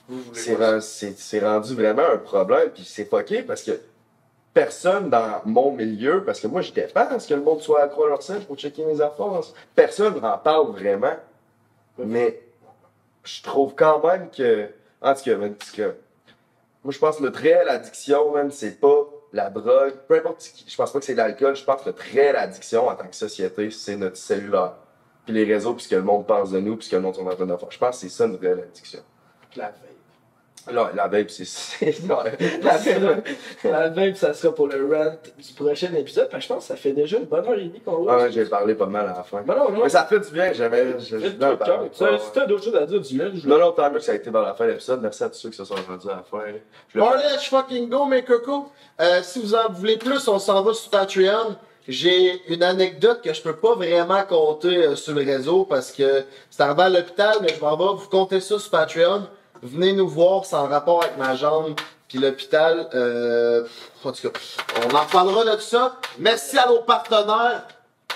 c'est rendu vraiment un problème, puis c'est fucké parce que personne dans mon milieu, parce que moi je dépense que le monde soit accro à leur sel pour checker mes affaires. Personne n'en parle vraiment. Mais je trouve quand même que. En tout cas, moi je pense que notre réelle addiction, même, c'est pas la drogue, peu importe qui, je pense pas que c'est l'alcool, je pense que notre réelle addiction en tant que société, c'est notre cellulaire. Puis les réseaux, puis ce que le monde pense de nous, puis ce que le monde sont en train de faire. Je pense que c'est ça notre réelle addiction. La vape. Là, la vape, non, La vape, ça sera pour le rant du prochain épisode. Parce que je pense que ça fait déjà une bonne heure et demie qu'on Ah voit. ouais, j'ai parlé pas mal à la fin. Ben non, Mais ça fait du bien, j'avais. Si t'as d'autres choses à dire, dis-le. Non, tant mieux que ça a été vers la fin de l'épisode. Merci à tous ceux qui se sont rendus à la fin. Let's fucking go, mes cocos! Si vous en voulez plus, on s'en va sur Patreon. J'ai une anecdote que je peux pas vraiment compter sur le réseau parce que c'est arrivé à l'hôpital, mais je m'en vais vous compter ça sur Patreon. Venez nous voir, c'est en rapport avec ma jambe puis l'hôpital. En tout cas, on en reparlera de tout ça. Merci à nos partenaires.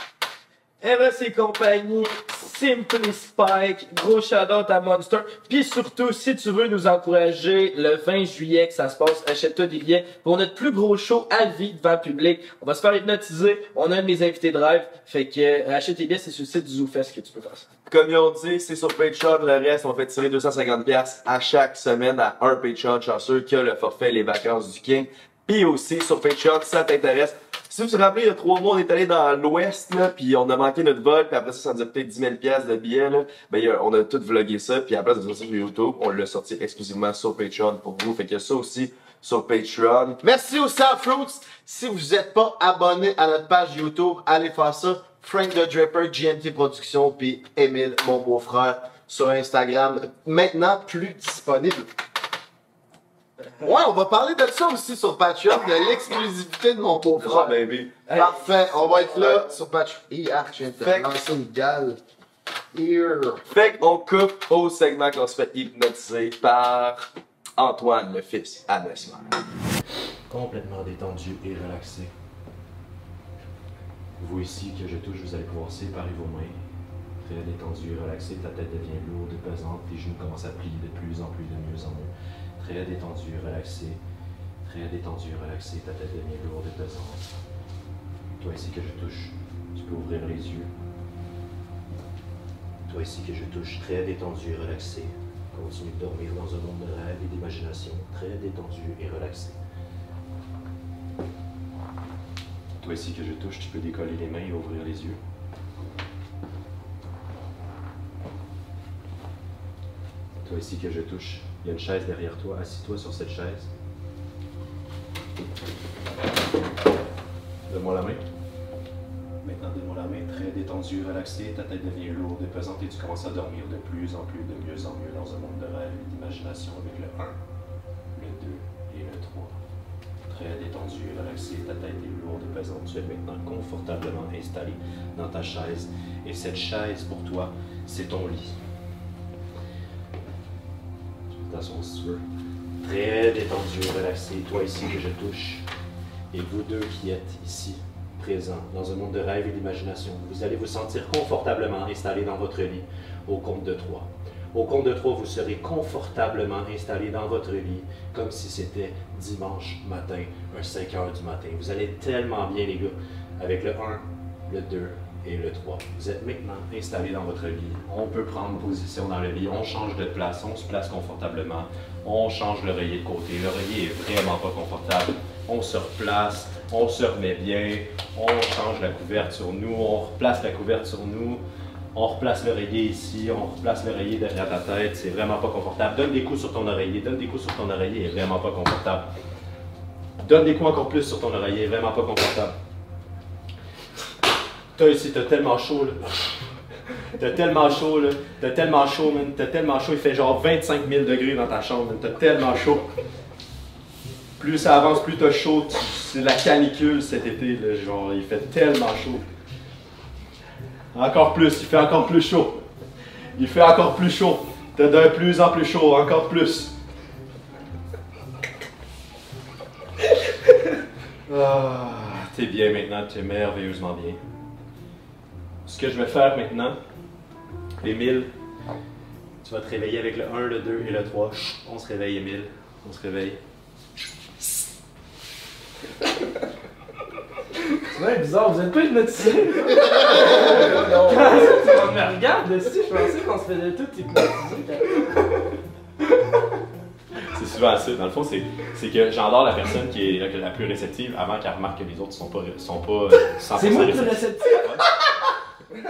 RS et compagnie, Simply Spike, gros shout-out à Monster. Puis surtout, si tu veux nous encourager le 20 juillet que ça se passe, achète-toi des billets pour notre plus gros show à vie devant le public. On va se faire hypnotiser, on a un de mes invités de rêve. Fait que achète tes billets, c'est sur le site du ZooFest que tu peux faire ça. Comme ils ont dit, c'est sur Patreon. Le reste, on fait tirer 250$ à chaque semaine à un Patreon chanceux qui a le forfait Les Vacances du King. Puis aussi sur Patreon, si ça t'intéresse. Si vous vous rappelez, il y a 3 mois, on est allé dans l'Ouest, là, puis on a manqué notre vol, puis après ça nous a peut-être 10 000$ de billets, là. Ben, on a tout vlogué ça, puis après, ça sorti sur YouTube, on l'a sorti exclusivement sur Patreon pour vous. Fait que ça aussi sur Patreon. Merci aussi à Fruits. Si vous n'êtes pas abonné à notre page YouTube, allez faire ça. Frank the Draper, GMT Productions, puis Émile, mon beau-frère, sur Instagram. Maintenant, plus disponible. Ouais, on va parler de ça aussi sur Patreon, de l'exclusivité de mon beau-frère. baby. Parfait, on va être là sur Patreon. Je viens de te lancer une gale. Here. Fait qu'on coupe au segment qu'on se fait hypnotiser par Antoine, le fils à Mesmer. Complètement détendu et relaxé. Vous ici que je touche, vous allez pouvoir séparer vos mains. Très détendu et relaxé, ta tête devient lourde et pesante, tes genoux commencent à plier de plus en plus, de mieux en mieux. Très détendu et relaxé. Très détendu et relaxé, ta tête devient lourde et pesante. Toi ici que je touche, tu peux ouvrir les yeux. Toi ici que je touche, très détendu et relaxé. Continue de dormir dans un monde de rêve et d'imagination, très détendu et relaxé. Toi ici que je touche, tu peux décoller les mains et ouvrir les yeux. Toi ici que je touche, il y a une chaise derrière toi, assis-toi sur cette chaise. Donne-moi la main. Maintenant, donne-moi la main, très détendue, relaxée, ta tête devient lourde et pesante et tu commences à dormir de plus en plus, de mieux en mieux dans un monde de rêve et d'imagination avec le 1, le 2 et le 3. Très détendu et relaxé, ta tête est lourde et pesante. Tu es maintenant confortablement installé dans ta chaise. Et cette chaise, pour toi, c'est ton lit. Tu peux t'asseoir si tu veux. Très détendu et relaxé, toi ici que je touche. Et vous deux qui êtes ici, présent, dans un monde de rêve et d'imagination. Vous allez vous sentir confortablement installé dans votre lit au compte de 3. Au compte de 3, vous serez confortablement installé dans votre lit, comme si c'était dimanche matin, un 5 h du matin. Vous allez tellement bien, les gars, avec le 1, le 2 et le 3. Vous êtes maintenant installé dans votre lit. On peut prendre position dans le lit, on change de place, on se place confortablement, on change l'oreiller de côté. L'oreiller est vraiment pas confortable. On se replace, on se remet bien, on change la couverte sur nous, on replace la couverte sur nous. On replace l'oreiller ici, on replace l'oreiller derrière ta tête, c'est vraiment pas confortable. Donne des coups sur ton oreiller, donne des coups sur ton oreiller, il est vraiment pas confortable. Donne des coups encore plus sur ton oreiller, vraiment pas confortable. Toi ici, t'as tellement chaud là. T'as tellement chaud là. T'as tellement chaud, man. T'as tellement chaud, il fait genre 25 000 degrés dans ta chambre, man. T'as tellement chaud. Plus ça avance, plus t'as chaud. C'est la canicule cet été, là. Genre, il fait tellement chaud. Encore plus, il fait encore plus chaud. Il fait encore plus chaud. T'as de plus en plus chaud, encore plus. Ah, t'es bien maintenant, t'es merveilleusement bien. Ce que je vais faire maintenant, Émile, tu vas te réveiller avec le 1, le 2 et le 3. On se réveille, Émile. On se réveille. C'est vrai, bizarre, vous êtes pas hypnotisé? On me regarde dessus, je pensais qu'on se faisait tout hypnotiser. C'est souvent ça. Dans le fond, c'est que j'endors la personne qui est la plus réceptive avant qu'elle remarque que les autres sont pas 100% C'est moi le plus réceptifs. réceptif?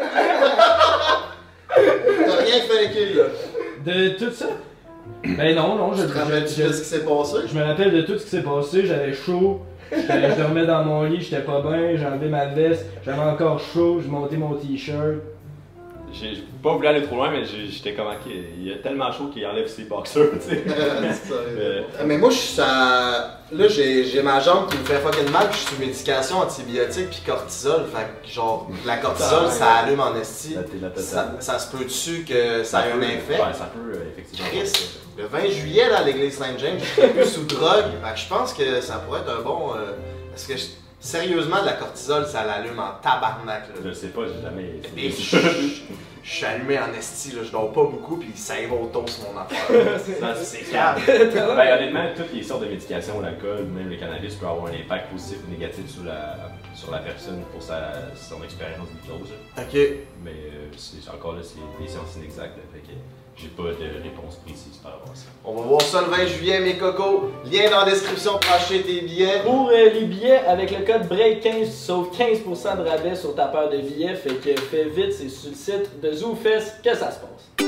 T'as rien fait avec lui, là. De tout ça? Ben non, Tu te rappelles-tu de ce qui s'est passé? je me rappelle de tout ce qui s'est passé, j'avais chaud, je dormais dans mon lit, j'étais pas bien, j'ai enlevé ma veste, j'avais encore chaud, j'ai monté mon t-shirt. J'ai pas voulu aller trop loin, mais j'étais comme ok, il est tellement chaud qu'il enlève ses boxers, tu sais. Mais moi, je suis ça. Là, j'ai ma jambe qui me fait fucking mal, puis je suis sous médication antibiotique puis cortisol. Fait que, genre, la cortisol, ça allume en esti. Ça se peut-tu que ça ait un effet? Ouais, ça peut, effectivement. Christ, le 20 juillet, là, à l'église Saint-James, je suis plus sous drogue. Fait que je pense que ça pourrait être un bon. Parce que, sérieusement, de la cortisol, ça l'allume en tabarnak. Là. Je sais pas, j'ai jamais. Et je suis allumé en esti, là, je dors pas beaucoup, puis ça y va au toast mon affaire. C'est calme. Ben, honnêtement, toutes les sortes de médications, l'alcool, même le cannabis, peut avoir un impact positif ou négatif sur la personne pour son expérience d'hypnose. Ok. Mais encore là, c'est des sciences inexactes, là, fait que j'ai pas de réponse précise par rapport à ça. On va voir ça le 20 juillet, mes cocos. Lien dans la description pour acheter tes billets. Pour les billets, avec le code BREAK15, tu sauves 15% de rabais sur ta paire de billets. Fait que fais vite, c'est sur le site de ZooFest que ça se passe.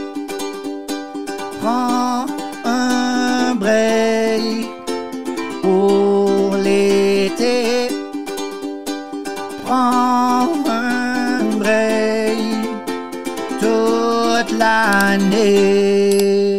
Prends un break pour l'été. Prends un break toute l'année.